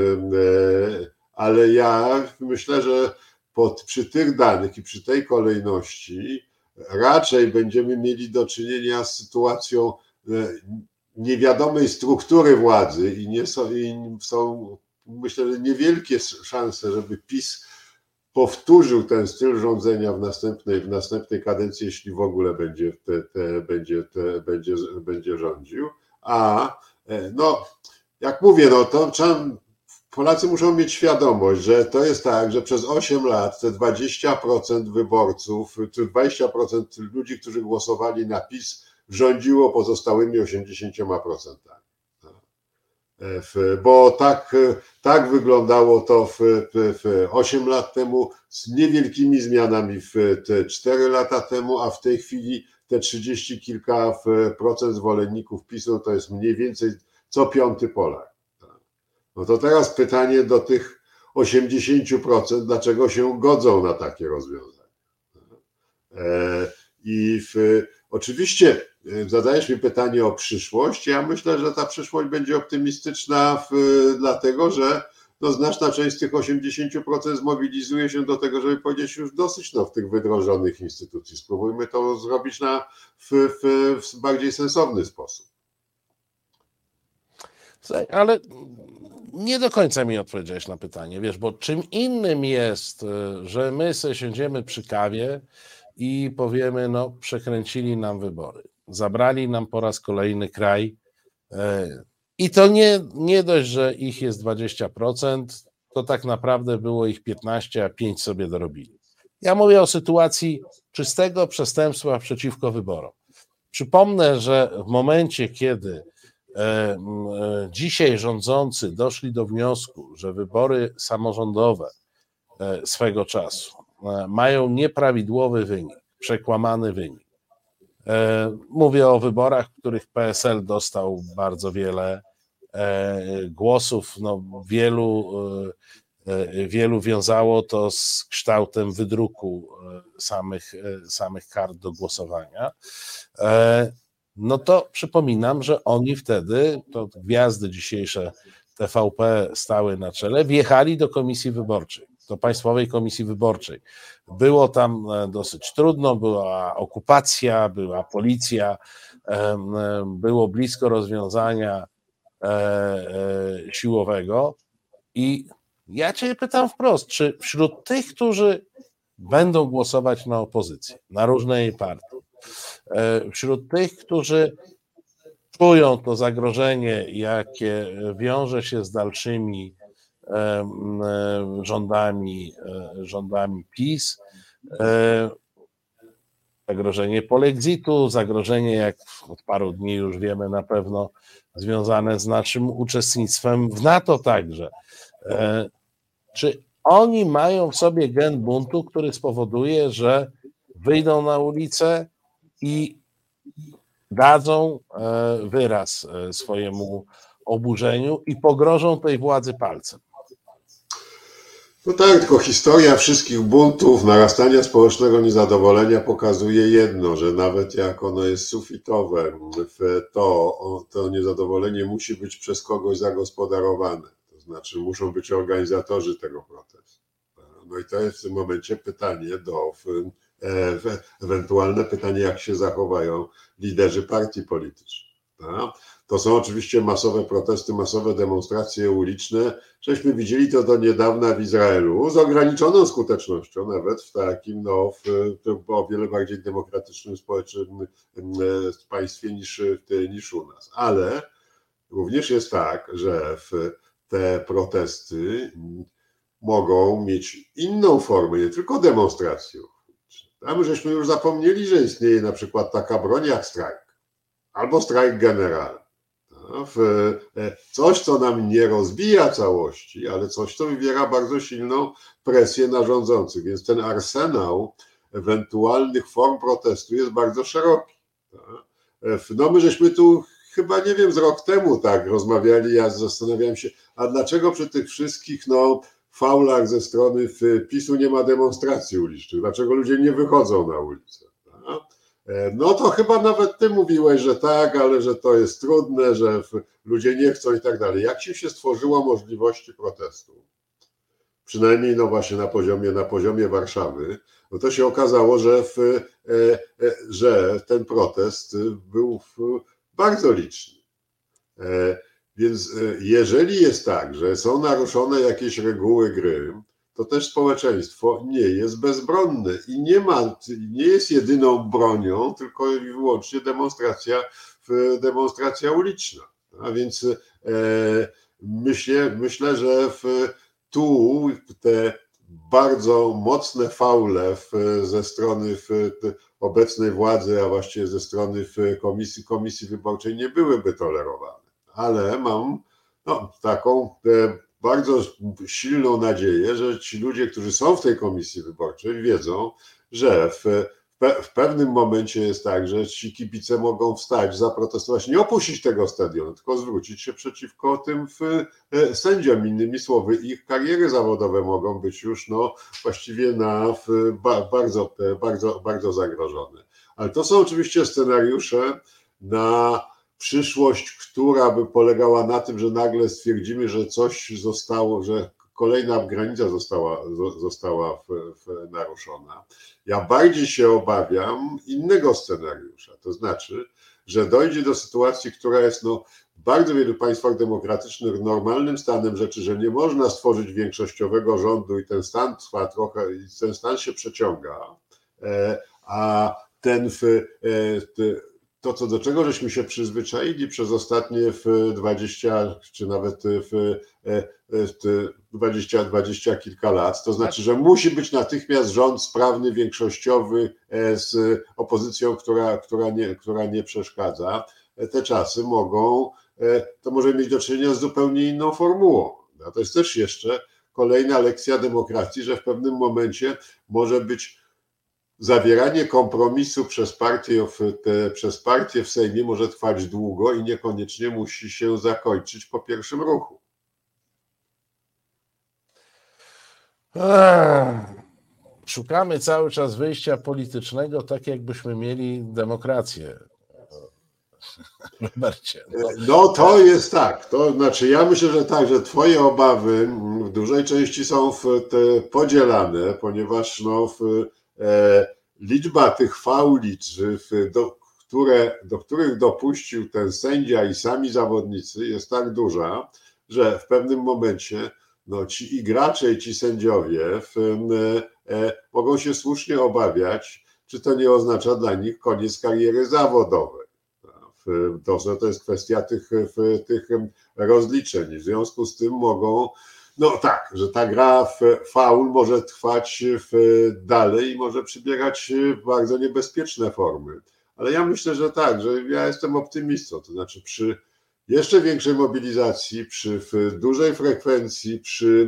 ale ja myślę, że pod, przy tych danych i przy tej kolejności raczej będziemy mieli do czynienia z sytuacją niewiadomej struktury władzy i nie są, i są myślę, że niewielkie szanse, żeby PiS powtórzył ten styl rządzenia w następnej, w następnej kadencji, jeśli w ogóle będzie, te, te, będzie, te, będzie, będzie rządził. A no, jak mówię, no to trzeba, Polacy muszą mieć świadomość, że to jest tak, że przez osiem lat te dwadzieścia procent wyborców, czy dwadzieścia procent ludzi, którzy głosowali na PiS, rządziło pozostałymi osiemdziesięcioma procentami. Bo tak, tak wyglądało to w, w osiem lat temu z niewielkimi zmianami w te cztery lata temu, a w tej chwili te trzydzieści kilka procent zwolenników PiS-u to jest mniej więcej co piąty Polak. No to teraz pytanie do tych osiemdziesięciu procent, dlaczego się godzą na takie rozwiązania. I w, oczywiście zadajesz mi pytanie o przyszłość. Ja myślę, że ta przyszłość będzie optymistyczna w, dlatego, że no, znaczna część z tych osiemdziesiąt procent zmobilizuje się do tego, żeby powiedzieć już dosyć no, w tych wydrożonych instytucji. Spróbujmy to zrobić na, w, w, w bardziej sensowny sposób. Ale nie do końca mi odpowiedziałeś na pytanie, wiesz, bo czym innym jest, że my sobie siądziemy przy kawie i powiemy, no przekręcili nam wybory, zabrali nam po raz kolejny kraj i to nie, nie dość, że ich jest dwadzieścia procent, to tak naprawdę było ich piętnaście, a pięć sobie dorobili. Ja mówię o sytuacji czystego przestępstwa przeciwko wyborom. Przypomnę, że w momencie, kiedy dzisiaj rządzący doszli do wniosku, że wybory samorządowe swego czasu mają nieprawidłowy wynik, przekłamany wynik. Mówię o wyborach, w których P S L dostał bardzo wiele głosów. No, wielu, wielu wiązało to z kształtem wydruku samych, samych kart do głosowania. No to przypominam, że oni wtedy, to gwiazdy dzisiejsze T V P stały na czele, wjechali do komisji wyborczej, do Państwowej Komisji Wyborczej. Było tam dosyć trudno, była okupacja, była policja, było blisko rozwiązania siłowego i ja Cię pytam wprost, czy wśród tych, którzy będą głosować na opozycję, na różne jej partie, wśród tych, którzy czują to zagrożenie, jakie wiąże się z dalszymi rządami, rządami PiS, zagrożenie polexitu, zagrożenie, jak od paru dni już wiemy na pewno, związane z naszym uczestnictwem w NATO także. Czy oni mają w sobie gen buntu, który spowoduje, że wyjdą na ulicę i dadzą wyraz swojemu oburzeniu i pogrożą tej władzy palcem? No tak, tylko historia wszystkich buntów, narastania społecznego niezadowolenia pokazuje jedno, że nawet jak ono jest sufitowe, to to niezadowolenie musi być przez kogoś zagospodarowane. To znaczy muszą być organizatorzy tego protestu. No i to jest w tym momencie pytanie do, ewentualne pytanie, jak się zachowają liderzy partii politycznych. Tak? To są oczywiście masowe protesty, masowe demonstracje uliczne. Żeśmy widzieli to do niedawna w Izraelu z ograniczoną skutecznością, nawet w takim no, w, w o wiele bardziej demokratycznym społecznym państwie niż, niż u nas. Ale również jest tak, że w te protesty mogą mieć inną formę, nie tylko demonstracją. A my żeśmy już zapomnieli, że istnieje na przykład taka broń jak strajk albo strajk generalny. Coś, co nam nie rozbija całości, ale coś, co wywiera bardzo silną presję na rządzących. Więc ten arsenał ewentualnych form protestu jest bardzo szeroki. No my żeśmy tu chyba, nie wiem, z rok temu tak rozmawiali, ja zastanawiałem się, a dlaczego przy tych wszystkich no, faulach ze strony PiSu nie ma demonstracji ulicznych? Dlaczego ludzie nie wychodzą na ulicę? No to chyba nawet ty mówiłeś, że tak, ale że to jest trudne, że ludzie nie chcą i tak dalej. Jak ci się stworzyło możliwości protestu, przynajmniej no właśnie na poziomie, na poziomie Warszawy, no to się okazało, że, w, że ten protest był bardzo liczny. Więc jeżeli jest tak, że są naruszone jakieś reguły gry, to też społeczeństwo nie jest bezbronne i nie ma, nie jest jedyną bronią, tylko i wyłącznie demonstracja, demonstracja uliczna. A więc e, myślę, myślę, że w, tu te bardzo mocne faule w, ze strony w, obecnej władzy, a właściwie ze strony w komisji, komisji wyborczej nie byłyby tolerowane. Ale mam no, taką e, bardzo silną nadzieję, że ci ludzie, którzy są w tej komisji wyborczej, wiedzą, że w, w pewnym momencie jest tak, że ci kibice mogą wstać, zaprotestować, nie opuścić tego stadionu, tylko zwrócić się przeciwko tym w, sędziom. Innymi słowy, ich kariery zawodowe mogą być już no, właściwie na, w, bardzo, bardzo, bardzo zagrożone. Ale to są oczywiście scenariusze, na przyszłość, która by polegała na tym, że nagle stwierdzimy, że coś zostało, że kolejna granica została, została w, w naruszona. Ja bardziej się obawiam innego scenariusza, to znaczy, że dojdzie do sytuacji, która jest no, w bardzo wielu państwach demokratycznych normalnym stanem rzeczy, że nie można stworzyć większościowego rządu i ten stan trwa trochę, i ten stan się przeciąga, a ten w, to, co do czego żeśmy się przyzwyczaili przez ostatnie dwadzieścia czy nawet w dwadzieścia, dwadzieścia kilka lat, to znaczy, że musi być natychmiast rząd sprawny, większościowy z opozycją, która, która, nie, która nie przeszkadza. Te czasy mogą, to może mieć do czynienia z zupełnie inną formułą. A to jest też jeszcze kolejna lekcja demokracji, że w pewnym momencie może być zawieranie kompromisu przez partię, w te, przez partię w Sejmie może trwać długo i niekoniecznie musi się zakończyć po pierwszym ruchu. Szukamy cały czas wyjścia politycznego, tak jakbyśmy mieli demokrację. Robercie, no. no to jest tak, to znaczy ja myślę, że tak, że twoje obawy w dużej części są w te podzielane, ponieważ no w, e, liczba tych fauli, do, które, do których dopuścił ten sędzia i sami zawodnicy jest tak duża, że w pewnym momencie no, ci i gracze i ci sędziowie w, e, mogą się słusznie obawiać, czy to nie oznacza dla nich koniec kariery zawodowej. To, to jest kwestia tych, tych rozliczeń. W związku z tym mogą, no tak, że ta gra w faul może trwać w dalej i może przybierać bardzo niebezpieczne formy. Ale ja myślę, że tak, że ja jestem optymistą, to znaczy przy jeszcze większej mobilizacji, przy w dużej frekwencji, przy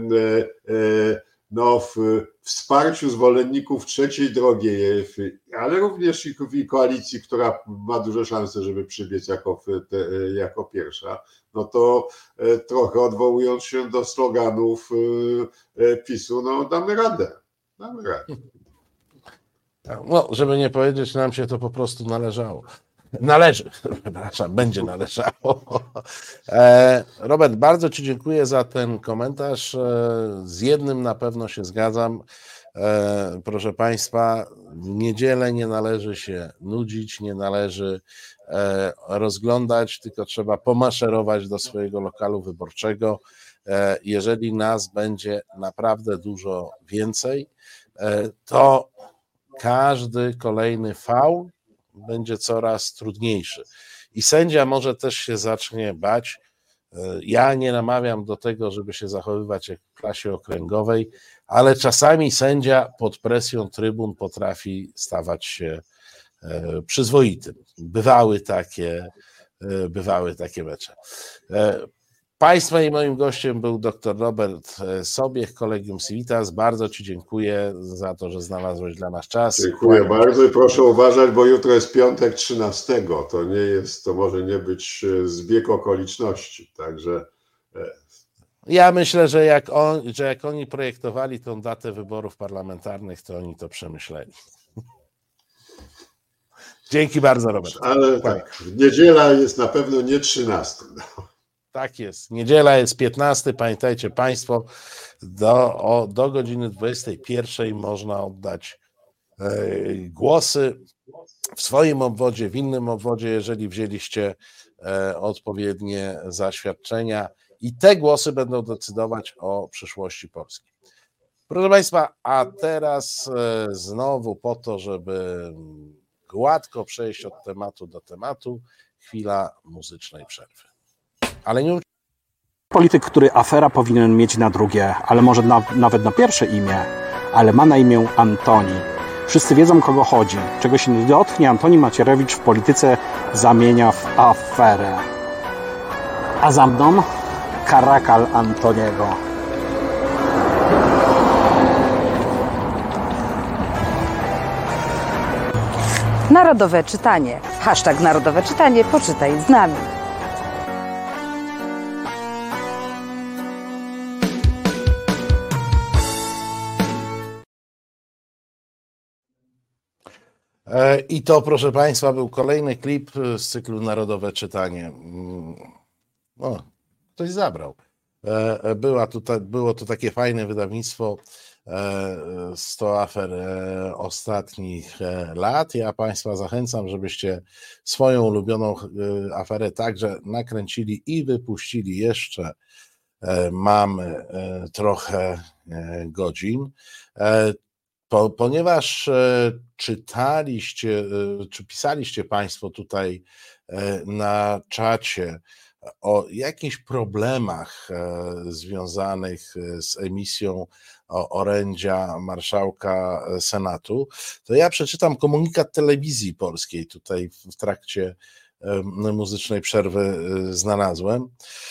no, w wsparciu zwolenników trzeciej drogi, ale również i, i koalicji, która ma duże szanse, żeby przybiec jako, te, jako pierwsza, no to trochę odwołując się do sloganów PiSu, no damy radę, damy radę. No, żeby nie powiedzieć, nam się to po prostu należało. Należy, przepraszam, będzie należało. Robert, bardzo Ci dziękuję za ten komentarz. Z jednym na pewno się zgadzam. Proszę Państwa, w niedzielę nie należy się nudzić, nie należy rozglądać, tylko trzeba pomaszerować do swojego lokalu wyborczego. Jeżeli nas będzie naprawdę dużo więcej, to każdy kolejny faul będzie coraz trudniejszy. I sędzia może też się zacznie bać. Ja nie namawiam do tego, żeby się zachowywać jak w klasie okręgowej, ale czasami sędzia pod presją trybun potrafi stawać się przyzwoitym. Bywały takie, bywały takie mecze. Państwa i moim gościem był dr Robert Sobiech, Collegium Civitas. Bardzo Ci dziękuję za to, że znalazłeś dla nas czas. Dziękuję Kłaniam bardzo i proszę uważać, bo jutro jest piątek trzynastego. To nie jest, to może nie być zbieg okoliczności, także... Ja myślę, że jak, on, że jak oni projektowali tą datę wyborów parlamentarnych, to oni to przemyśleli. Dzięki bardzo, Robert. Ale tak, niedziela jest na pewno nie trzynasta. Tak jest. Niedziela jest piętnasta. Pamiętajcie Państwo, do, o, do godziny dwudziestej pierwszej można oddać e, głosy w swoim obwodzie, w innym obwodzie, jeżeli wzięliście e, odpowiednie zaświadczenia i te głosy będą decydować o przyszłości Polski. Proszę Państwa, a teraz e, znowu po to, żeby gładko przejść od tematu do tematu, chwila muzycznej przerwy. Ale nie... Polityk, który afera powinien mieć na drugie, ale może na, nawet na pierwsze imię, ale ma na imię Antoni. Wszyscy wiedzą, kogo chodzi. Czego się nie dotknie, Antoni Macierewicz w polityce zamienia w aferę. A za mną karakal Antoniego. Narodowe czytanie. Hashtag Narodowe Czytanie. Poczytaj z nami. I to, proszę Państwa, był kolejny klip z cyklu Narodowe Czytanie. O, ktoś zabrał. Była tutaj, było to takie fajne wydawnictwo sto afer ostatnich lat. Ja Państwa zachęcam, żebyście swoją ulubioną aferę także nakręcili i wypuścili jeszcze. Mamy trochę godzin. Po, ponieważ czytaliście, czy pisaliście Państwo tutaj na czacie o jakichś problemach związanych z emisją orędzia marszałka Senatu, to ja przeczytam komunikat Telewizji Polskiej, tutaj w trakcie muzycznej przerwy znalazłem.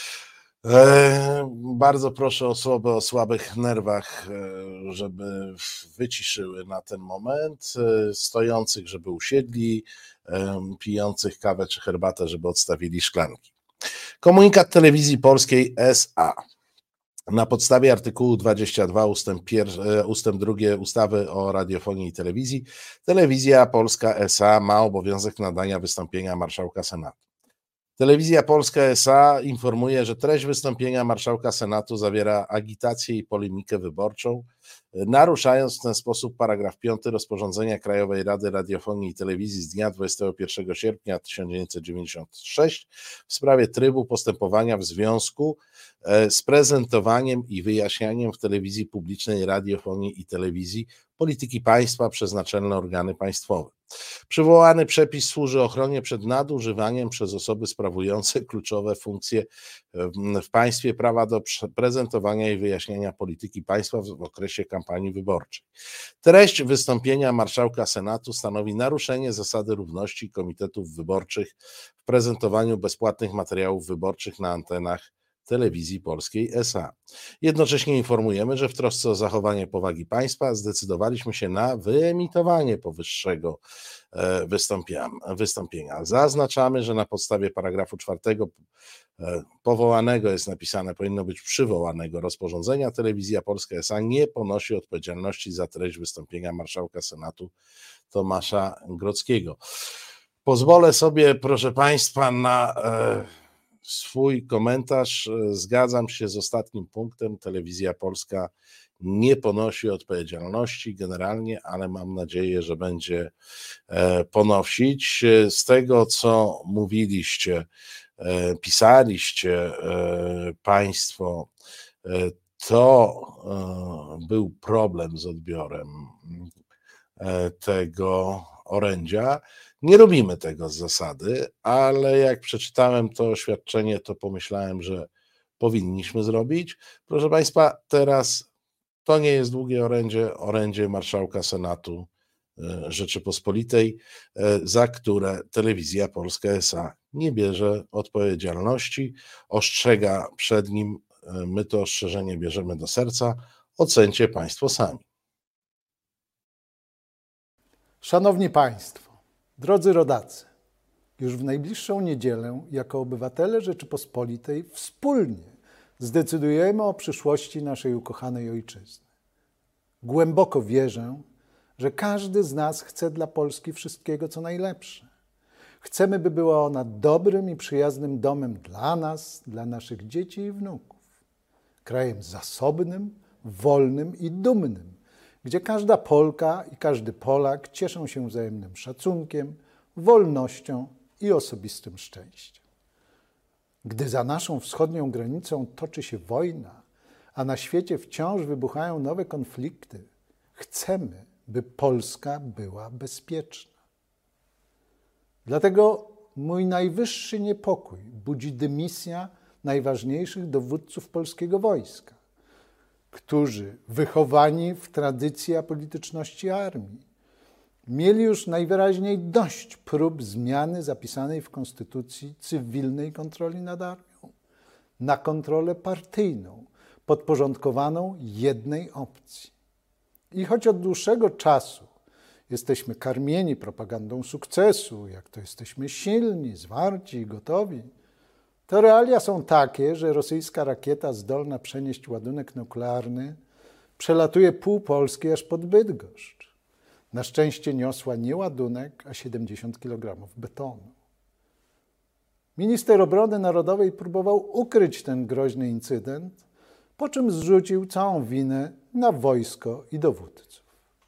Bardzo proszę osoby o słabych nerwach, żeby wyciszyły na ten moment, stojących, żeby usiedli, pijących kawę czy herbatę, żeby odstawili szklanki. Komunikat Telewizji Polskiej S A. Na podstawie artykułu dwudziestego drugiego ustęp, pier... ustęp drugi ustawy o radiofonii i telewizji, Telewizja Polska S A ma obowiązek nadania wystąpienia marszałka Senatu. Telewizja Polska S A informuje, że treść wystąpienia marszałka Senatu zawiera agitację i polemikę wyborczą, naruszając w ten sposób paragraf piąty rozporządzenia Krajowej Rady Radiofonii i Telewizji z dnia dwudziestego pierwszego sierpnia tysiąc dziewięćset dziewięćdziesiątego trzeciego w sprawie trybu postępowania w związku z prezentowaniem i wyjaśnianiem w telewizji publicznej, radiofonii i telewizji polityki państwa przez naczelne organy państwowe. Przywołany przepis służy ochronie przed nadużywaniem przez osoby sprawujące kluczowe funkcje w państwie prawa do prezentowania i wyjaśniania polityki państwa w okresie kampanii wyborczej. Treść wystąpienia marszałka Senatu stanowi naruszenie zasady równości komitetów wyborczych w prezentowaniu bezpłatnych materiałów wyborczych na antenach Telewizji Polskiej S A. Jednocześnie informujemy, że w trosce o zachowanie powagi państwa zdecydowaliśmy się na wyemitowanie powyższego wystąpienia. Zaznaczamy, że na podstawie paragrafu czwartego powołanego, jest napisane, powinno być przywołanego rozporządzenia, Telewizja Polska S A nie ponosi odpowiedzialności za treść wystąpienia marszałka Senatu Tomasza Grodzkiego. Pozwolę sobie, proszę Państwa, na swój komentarz. Zgadzam się z ostatnim punktem. Telewizja Polska nie ponosi odpowiedzialności generalnie, ale mam nadzieję, że będzie ponosić. Z tego, co mówiliście, pisaliście Państwo, to był problem z odbiorem tego orędzia. Nie robimy tego z zasady, ale jak przeczytałem to oświadczenie, to pomyślałem, że powinniśmy zrobić. Proszę Państwa, teraz to nie jest długie orędzie, orędzie marszałka Senatu Rzeczypospolitej, za które Telewizja Polska S A nie bierze odpowiedzialności, ostrzega przed nim, my to ostrzeżenie bierzemy do serca, ocencie Państwo sami. Szanowni Państwo, drodzy rodacy, już w najbliższą niedzielę jako obywatele Rzeczypospolitej wspólnie zdecydujemy o przyszłości naszej ukochanej ojczyzny. Głęboko wierzę, że każdy z nas chce dla Polski wszystkiego, co najlepsze. Chcemy, by była ona dobrym i przyjaznym domem dla nas, dla naszych dzieci i wnuków. Krajem zasobnym, wolnym i dumnym, gdzie każda Polka i każdy Polak cieszą się wzajemnym szacunkiem, wolnością i osobistym szczęściem. Gdy za naszą wschodnią granicą toczy się wojna, a na świecie wciąż wybuchają nowe konflikty, chcemy, by Polska była bezpieczna. Dlatego mój najwyższy niepokój budzi dymisja najważniejszych dowódców polskiego wojska, którzy, wychowani w tradycji apolityczności armii, mieli już najwyraźniej dość prób zmiany zapisanej w Konstytucji cywilnej kontroli nad armią na kontrolę partyjną, podporządkowaną jednej opcji. I choć od dłuższego czasu jesteśmy karmieni propagandą sukcesu, jak to jesteśmy silni, zwarci i gotowi, to realia są takie, że rosyjska rakieta zdolna przenieść ładunek nuklearny przelatuje pół Polski aż pod Bydgoszcz. Na szczęście niosła nie ładunek, a siedemdziesiąt kilogramów betonu. Minister Obrony Narodowej próbował ukryć ten groźny incydent, po czym zrzucił całą winę na wojsko i dowódców.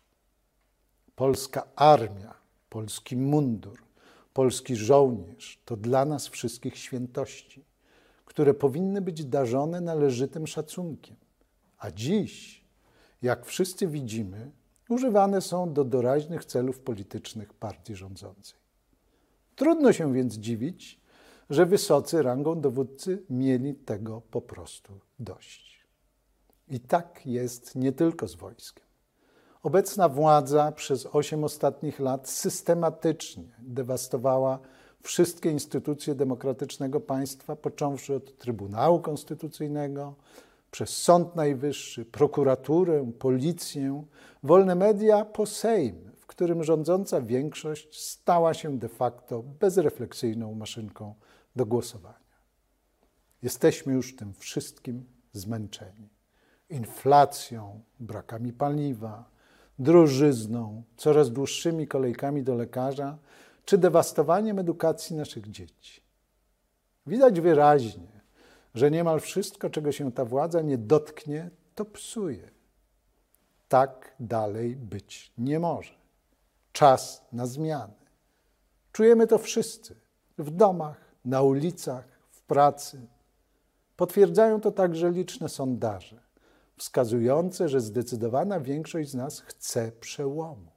Polska armia, polski mundur, polski żołnierz to dla nas wszystkich świętości, które powinny być darzone należytym szacunkiem. A dziś, jak wszyscy widzimy, używane są do doraźnych celów politycznych partii rządzącej. Trudno się więc dziwić, że wysocy rangą dowódcy mieli tego po prostu dość. I tak jest nie tylko z wojskiem. Obecna władza przez osiem ostatnich lat systematycznie dewastowała wszystkie instytucje demokratycznego państwa, począwszy od Trybunału Konstytucyjnego, przez Sąd Najwyższy, prokuraturę, policję, wolne media po Sejm, w którym rządząca większość stała się de facto bezrefleksyjną maszynką do głosowania. Jesteśmy już tym wszystkim zmęczeni. Inflacją, brakami paliwa, drożyzną, coraz dłuższymi kolejkami do lekarza, czy dewastowaniem edukacji naszych dzieci. Widać wyraźnie, że niemal wszystko, czego się ta władza nie dotknie, to psuje. Tak dalej być nie może. Czas na zmiany. Czujemy to wszyscy, w domach, na ulicach, w pracy. Potwierdzają to także liczne sondaże, wskazujące, że zdecydowana większość z nas chce przełomu.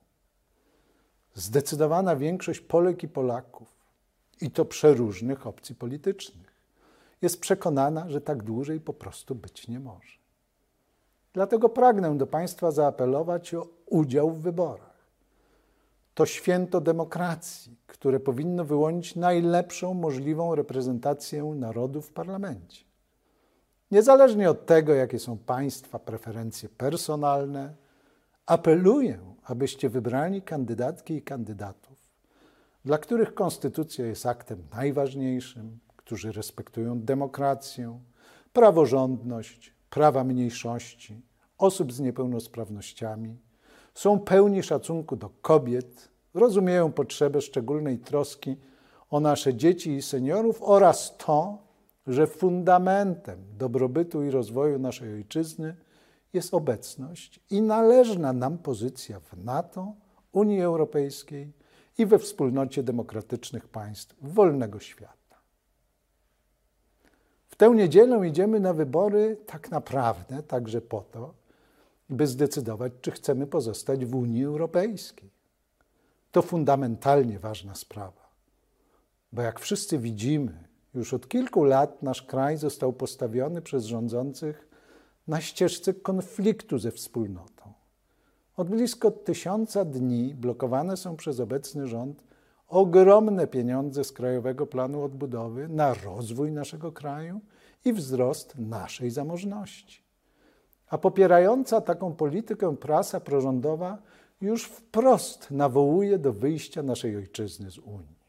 Zdecydowana większość Polek i Polaków, i to przeróżnych opcji politycznych, jest przekonana, że tak dłużej po prostu być nie może. Dlatego pragnę do Państwa zaapelować o udział w wyborach. To święto demokracji, które powinno wyłonić najlepszą możliwą reprezentację narodu w parlamencie. Niezależnie od tego, jakie są Państwa preferencje personalne, apeluję, abyście wybrali kandydatki i kandydatów, dla których konstytucja jest aktem najważniejszym, którzy respektują demokrację, praworządność, prawa mniejszości, osób z niepełnosprawnościami, są pełni szacunku do kobiet, rozumieją potrzebę szczególnej troski o nasze dzieci i seniorów oraz to, że fundamentem dobrobytu i rozwoju naszej ojczyzny jest obecność i należna nam pozycja w NATO, Unii Europejskiej i we wspólnocie demokratycznych państw wolnego świata. W tę niedzielę idziemy na wybory tak naprawdę także po to, by zdecydować, czy chcemy pozostać w Unii Europejskiej. To fundamentalnie ważna sprawa, bo jak wszyscy widzimy, już od kilku lat nasz kraj został postawiony przez rządzących na ścieżce konfliktu ze wspólnotą. Od blisko tysiąca dni blokowane są przez obecny rząd ogromne pieniądze z Krajowego Planu Odbudowy na rozwój naszego kraju i wzrost naszej zamożności. A popierająca taką politykę prasa prorządowa już wprost nawołuje do wyjścia naszej ojczyzny z Unii.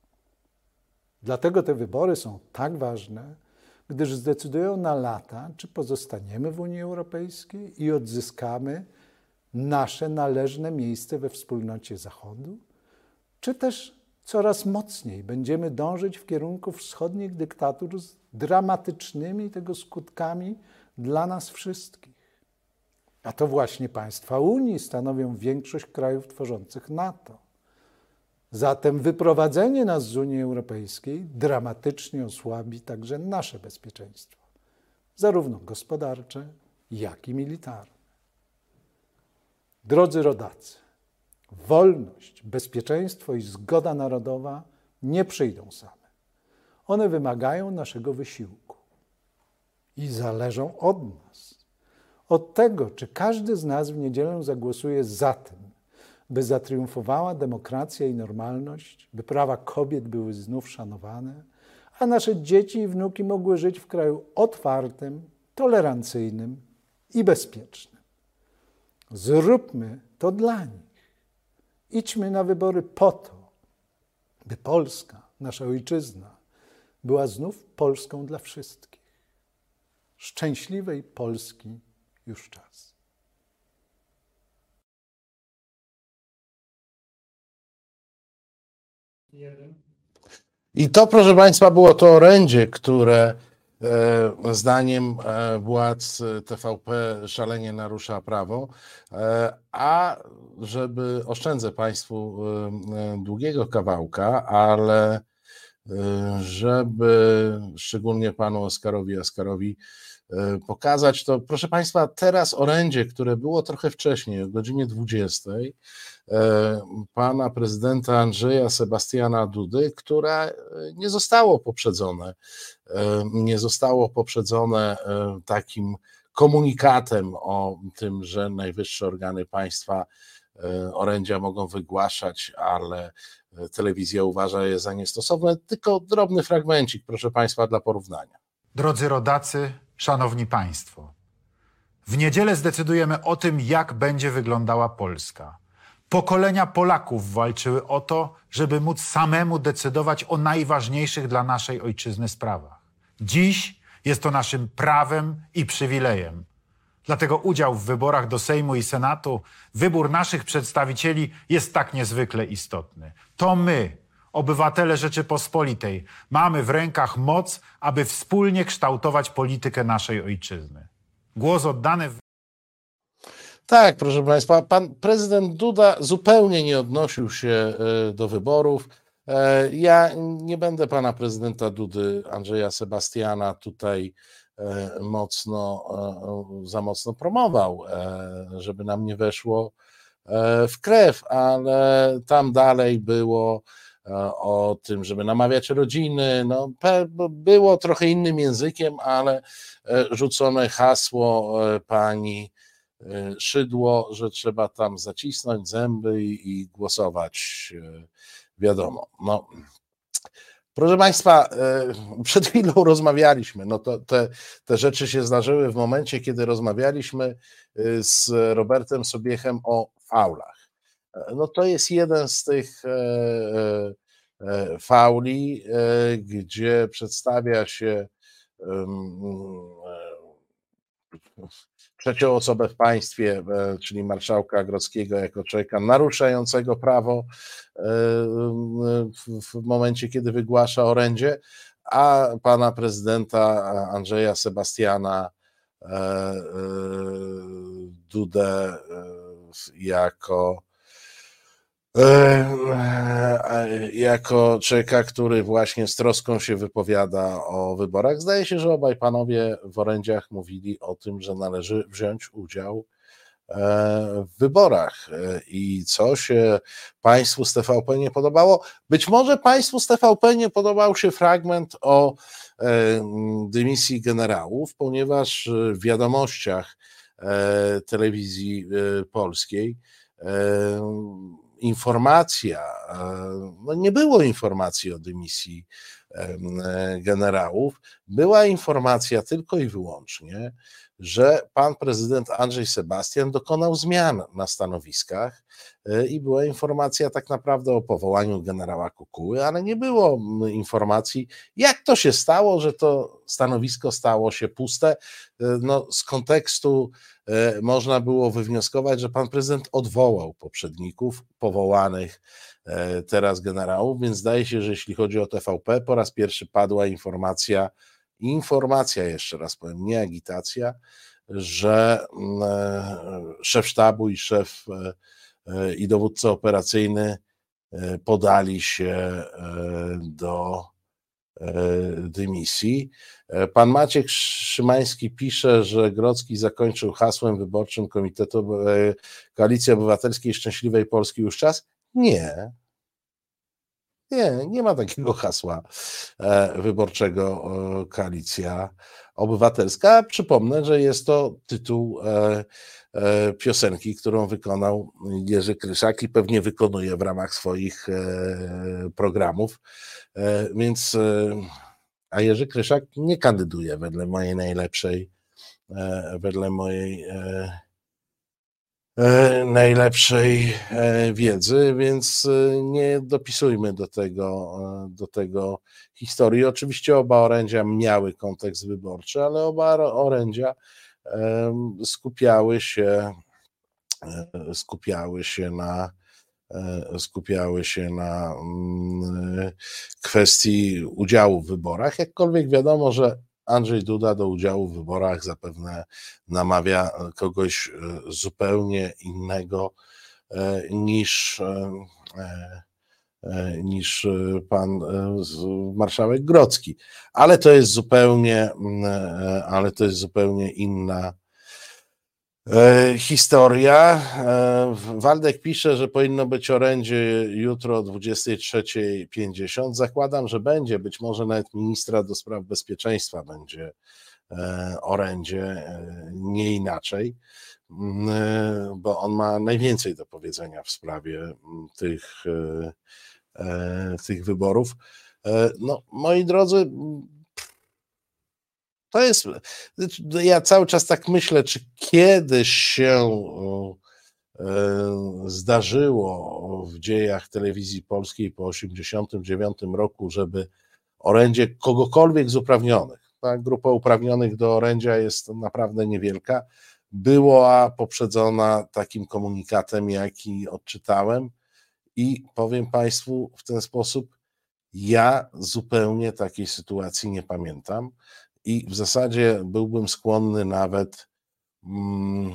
Dlatego te wybory są tak ważne, gdyż zdecydują na lata, czy pozostaniemy w Unii Europejskiej i odzyskamy nasze należne miejsce we wspólnocie Zachodu, czy też coraz mocniej będziemy dążyć w kierunku wschodnich dyktatur z dramatycznymi tego skutkami dla nas wszystkich. A to właśnie państwa Unii stanowią większość krajów tworzących NATO. Zatem wyprowadzenie nas z Unii Europejskiej dramatycznie osłabi także nasze bezpieczeństwo, zarówno gospodarcze, jak i militarne. Drodzy rodacy, wolność, bezpieczeństwo i zgoda narodowa nie przyjdą same. One wymagają naszego wysiłku i zależą od nas. Od tego, czy każdy z nas w niedzielę zagłosuje za tym, by zatriumfowała demokracja i normalność, by prawa kobiet były znów szanowane, a nasze dzieci i wnuki mogły żyć w kraju otwartym, tolerancyjnym i bezpiecznym. Zróbmy to dla nich. Idźmy na wybory po to, by Polska, nasza ojczyzna, była znów Polską dla wszystkich. Szczęśliwej Polski już czas. I to, proszę Państwa, było to orędzie, które e, zdaniem e, władz T V P szalenie narusza prawo, e, a żeby oszczędzę Państwu e, długiego kawałka, ale e, żeby szczególnie Panu Oskarowi Askarowi e, pokazać, to proszę Państwa, teraz orędzie, które było trochę wcześniej, o godzinie dwudziestej, pana prezydenta Andrzeja Sebastiana Dudy, które nie zostało poprzedzone, nie zostało poprzedzone takim komunikatem o tym, że najwyższe organy państwa orędzia mogą wygłaszać, ale telewizja uważa je za niestosowne, tylko drobny fragmencik, proszę Państwa, dla porównania. Drodzy rodacy, szanowni państwo, w niedzielę zdecydujemy o tym, jak będzie wyglądała Polska. Pokolenia Polaków walczyły o to, żeby móc samemu decydować o najważniejszych dla naszej ojczyzny sprawach. Dziś jest to naszym prawem i przywilejem. Dlatego udział w wyborach do Sejmu i Senatu, wybór naszych przedstawicieli jest tak niezwykle istotny. To my, obywatele Rzeczypospolitej, mamy w rękach moc, aby wspólnie kształtować politykę naszej ojczyzny. Głos oddany w... Tak, proszę Państwa, pan prezydent Duda zupełnie nie odnosił się do wyborów. Ja nie będę pana prezydenta Dudy, Andrzeja Sebastiana, tutaj mocno, za mocno promował, żeby nam nie weszło w krew, ale tam dalej było o tym, żeby namawiać rodziny, no, było trochę innym językiem, ale rzucone hasło pani Szydło, że trzeba tam zacisnąć zęby i, i głosować, wiadomo. No, proszę Państwa, przed chwilą rozmawialiśmy, no to te, te rzeczy się zdarzyły w momencie, kiedy rozmawialiśmy z Robertem Sobiechem o faulach. No to jest jeden z tych fauli, gdzie przedstawia się trzecią osobę w państwie, czyli marszałka Grodzkiego, jako człowieka naruszającego prawo w momencie, kiedy wygłasza orędzie, a pana prezydenta Andrzeja Sebastiana Dudę jako jako człowieka, który właśnie z troską się wypowiada o wyborach. Zdaje się, że obaj panowie w orędziach mówili o tym, że należy wziąć udział w wyborach. I co się państwu z T V P nie podobało? Być może państwu z T V P nie podobał się fragment o dymisji generałów, ponieważ w wiadomościach telewizji polskiej informacja, no nie było informacji o dymisji generałów, była informacja tylko i wyłącznie, że pan prezydent Andrzej Sebastian dokonał zmian na stanowiskach i była informacja tak naprawdę o powołaniu generała Kukuły, ale nie było informacji, jak to się stało, że to stanowisko stało się puste. No, z kontekstu można było wywnioskować, że pan prezydent odwołał poprzedników powołanych teraz generałów, więc zdaje się, że jeśli chodzi o T V P, po raz pierwszy padła informacja, informacja jeszcze raz powiem, nie agitacja, że szef sztabu i szef i dowódca operacyjny podali się do dymisji. Pan Maciek Szymański pisze, że Grodzki zakończył hasłem wyborczym Komitetu Koalicji Obywatelskiej Szczęśliwej Polski już czas? Nie. Nie, nie ma takiego hasła wyborczego Koalicja Obywatelska. Przypomnę, że jest to tytuł piosenki, którą wykonał Jerzy Kryszak i pewnie wykonuje w ramach swoich programów. Więc, a Jerzy Kryszak nie kandyduje wedle mojej najlepszej, wedle mojej najlepszej wiedzy, więc nie dopisujmy do tego, do tego historii. Oczywiście oba orędzia miały kontekst wyborczy, ale oba orędzia skupiały się, skupiały się na skupiały się na kwestii udziału w wyborach. Jakkolwiek wiadomo, że Andrzej Duda do udziału w wyborach zapewne namawia kogoś zupełnie innego niż, niż pan marszałek Grodzki. Ale to jest zupełnie, ale to jest zupełnie inna historia. Waldek pisze, że powinno być orędzie jutro o dwudziestej trzeciej pięćdziesiąt. Zakładam, że będzie, być może nawet ministra do spraw bezpieczeństwa będzie orędzie, nie inaczej, bo on ma najwięcej do powiedzenia w sprawie tych, tych wyborów. No, moi drodzy, to jest, ja cały czas tak myślę, czy kiedyś się zdarzyło w dziejach telewizji polskiej po osiemdziesiątym dziewiątym roku, żeby orędzie kogokolwiek z uprawnionych, ta grupa uprawnionych do orędzia jest naprawdę niewielka, była poprzedzona takim komunikatem, jaki odczytałem, i powiem Państwu w ten sposób, ja zupełnie takiej sytuacji nie pamiętam. I w zasadzie byłbym skłonny nawet mm,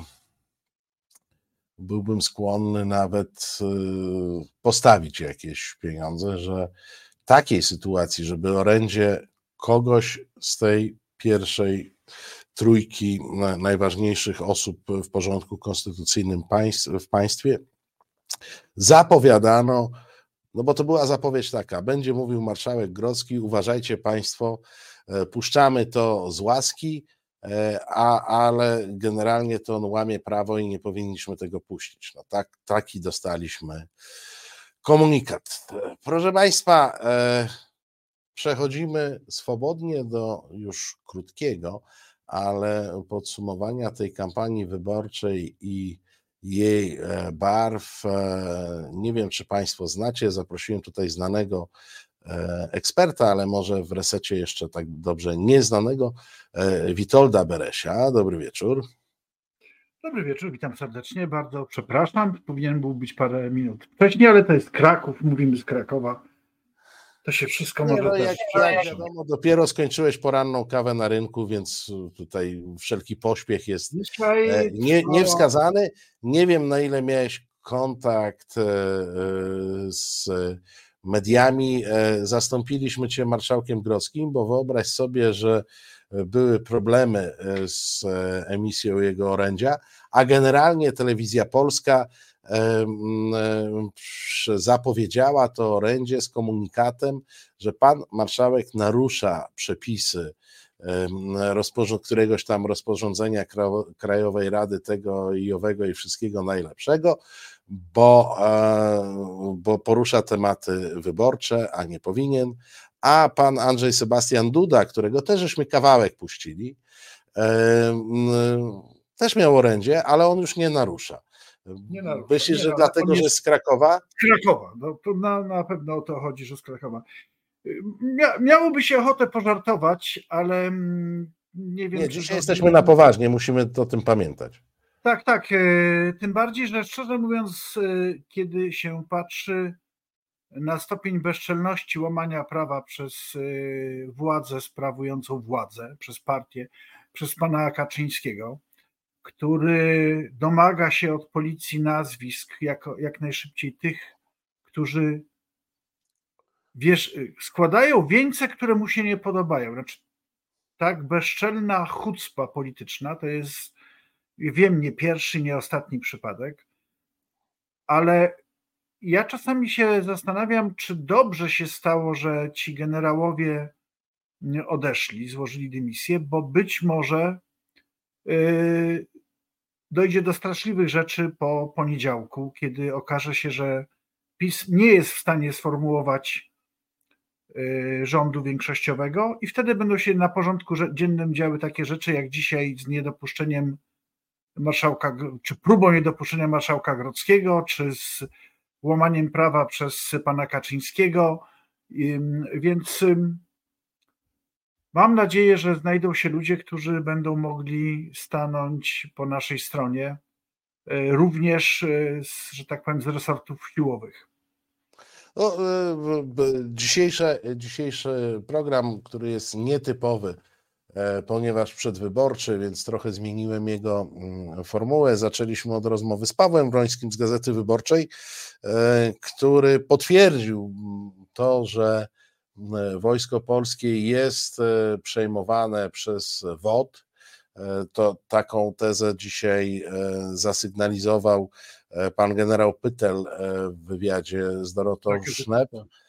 byłbym skłonny nawet y, postawić jakieś pieniądze, że takiej sytuacji, żeby orędzie kogoś z tej pierwszej trójki najważniejszych osób w porządku konstytucyjnym państw, w państwie zapowiadano, no bo to była zapowiedź taka, będzie mówił marszałek Grodzki, uważajcie Państwo, puszczamy to z łaski, a, ale generalnie to on łamie prawo i nie powinniśmy tego puścić. No tak, taki dostaliśmy komunikat. Proszę Państwa, przechodzimy swobodnie do już krótkiego, ale podsumowania tej kampanii wyborczej i jej barw. Nie wiem, czy Państwo znacie, zaprosiłem tutaj znanego eksperta, ale może w resecie jeszcze tak dobrze nieznanego, Witolda Beresia. Dobry wieczór. Dobry wieczór, witam serdecznie, bardzo przepraszam, powinien był być parę minut wcześniej, ale to jest Kraków, mówimy z Krakowa, to się wszystko Nie, może... no, jak, jak wiadomo, dopiero skończyłeś poranną kawę na rynku, więc tutaj wszelki pośpiech jest nie, niewskazany. Nie wiem, na ile miałeś kontakt z mediami. Zastąpiliśmy Cię marszałkiem Grodzkim, bo wyobraź sobie, że były problemy z emisją jego orędzia, a generalnie Telewizja Polska zapowiedziała to orędzie z komunikatem, że pan marszałek narusza przepisy któregoś tam rozporządzenia Krajowej Rady tego i owego i wszystkiego najlepszego, bo, bo porusza tematy wyborcze, a nie powinien, a pan Andrzej Sebastian Duda, którego też żeśmy kawałek puścili, też miał orędzie, ale on już nie narusza. Nie narusza. Myślisz, nie, że no, dlatego, że jest z Krakowa? Z Krakowa, no to na, na pewno o to chodzi, że z Krakowa. Mia, miałoby się ochotę pożartować, ale nie wiem... Nie, dzisiaj jesteśmy na poważnie, musimy o tym pamiętać. Tak, tak, tym bardziej, że szczerze mówiąc, kiedy się patrzy na stopień bezczelności łamania prawa przez władzę sprawującą władzę, przez partię, przez pana Kaczyńskiego, który domaga się od policji nazwisk jako, jak najszybciej tych, którzy wiesz, składają wieńce, które mu się nie podobają. Znaczy, tak bezczelna chucpa polityczna to jest, wiem, nie pierwszy, nie ostatni przypadek, ale ja czasami się zastanawiam, czy dobrze się stało, że ci generałowie odeszli, złożyli dymisję, bo być może yy, dojdzie do straszliwych rzeczy po poniedziałku, kiedy okaże się, że PiS nie jest w stanie sformułować yy, rządu większościowego i wtedy będą się na porządku dziennym działy takie rzeczy, jak dzisiaj z niedopuszczeniem marszałka, czy próbą niedopuszczenia marszałka Grodzkiego, czy z łamaniem prawa przez pana Kaczyńskiego, więc mam nadzieję, że znajdą się ludzie, którzy będą mogli stanąć po naszej stronie również, że tak powiem, z resortów siłowych. No, dzisiejszy, dzisiejszy program, który jest nietypowy, ponieważ przedwyborczy, więc trochę zmieniłem jego formułę. Zaczęliśmy od rozmowy z Pawłem Wrońskim z Gazety Wyborczej, który potwierdził to, że Wojsko Polskie jest przejmowane przez W O D. To taką tezę dzisiaj zasygnalizował pan generał Pytel w wywiadzie z Dorotą Sznep.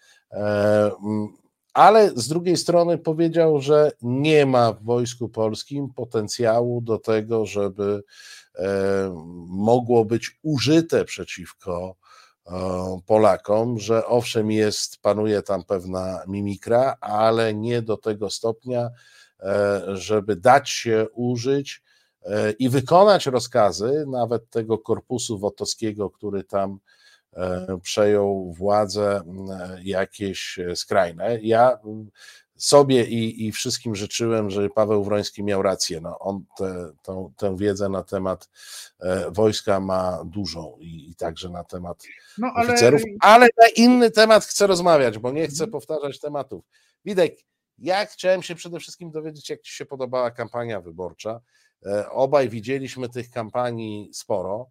Ale z drugiej strony powiedział, że nie ma w Wojsku Polskim potencjału do tego, żeby mogło być użyte przeciwko Polakom, że owszem jest, panuje tam pewna mimikra, ale nie do tego stopnia, żeby dać się użyć i wykonać rozkazy nawet tego korpusu wotowskiego, który tam przejął władzę, jakieś skrajne. Ja sobie i, i wszystkim życzyłem, żeby Paweł Wroński miał rację. No, on te, tą, tę wiedzę na temat wojska ma dużą i, i także na temat no, ale... oficerów, ale na inny temat chcę rozmawiać, bo nie chcę powtarzać tematów. Widek, ja chciałem się przede wszystkim dowiedzieć, jak ci się podobała kampania wyborcza. Obaj widzieliśmy tych kampanii sporo.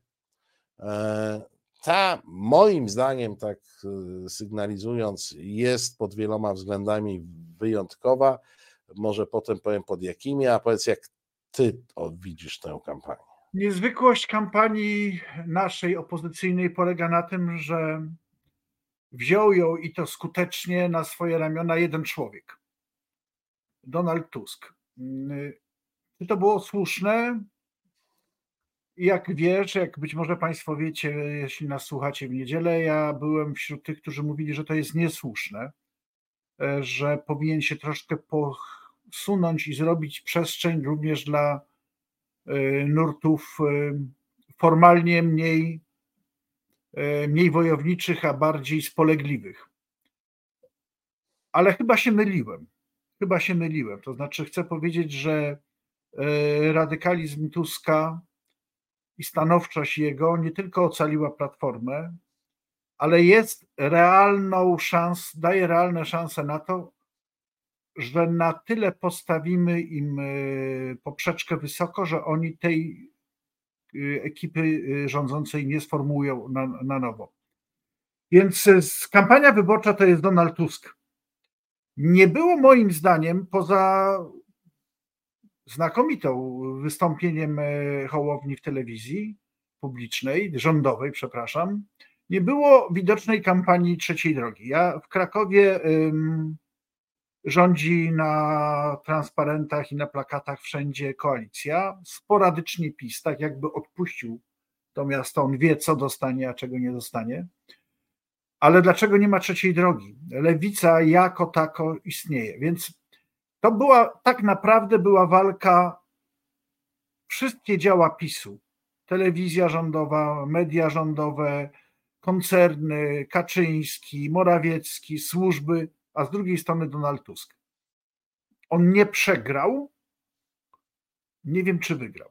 Ta, moim zdaniem, tak sygnalizując, jest pod wieloma względami wyjątkowa. Może potem powiem pod jakimi, a powiedz, jak ty widzisz tę kampanię. Niezwykłość kampanii naszej opozycyjnej polega na tym, że wziął ją i to skutecznie na swoje ramiona jeden człowiek. Donald Tusk. Czy to było słuszne? Jak wiesz, jak być może państwo wiecie, jeśli nas słuchacie w niedzielę, ja byłem wśród tych, którzy mówili, że to jest niesłuszne, że powinien się troszkę posunąć i zrobić przestrzeń również dla nurtów formalnie mniej, mniej wojowniczych, a bardziej spolegliwych. Ale chyba się myliłem. Chyba się myliłem. To znaczy chcę powiedzieć, że radykalizm Tuska i stanowczość jego nie tylko ocaliła Platformę, ale jest realną szansą, daje realne szanse na to, że na tyle postawimy im poprzeczkę wysoko, że oni tej ekipy rządzącej nie sformułują na, na nowo. Więc kampania wyborcza to jest Donald Tusk. Nie było moim zdaniem, poza znakomitą wystąpieniem Hołowni w telewizji publicznej, rządowej, przepraszam, nie było widocznej kampanii trzeciej drogi. Ja w Krakowie ym, rządzi na transparentach i na plakatach wszędzie koalicja, sporadycznie PiS, tak jakby odpuścił to miasto, on wie, co dostanie, a czego nie dostanie. Ale dlaczego nie ma trzeciej drogi? Lewica jako tako istnieje, więc to była, tak naprawdę była walka, wszystkie działa PiSu, telewizja rządowa, media rządowe, koncerny, Kaczyński, Morawiecki, służby, a z drugiej strony Donald Tusk. On nie przegrał, nie wiem, czy wygrał.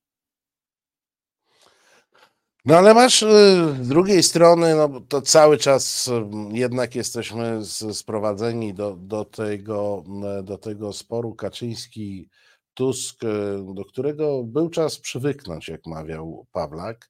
No ale masz z drugiej strony, no to cały czas jednak jesteśmy sprowadzeni do, do, tego, do tego sporu Kaczyński-Tusk, do którego był czas przywyknąć, jak mawiał Pawlak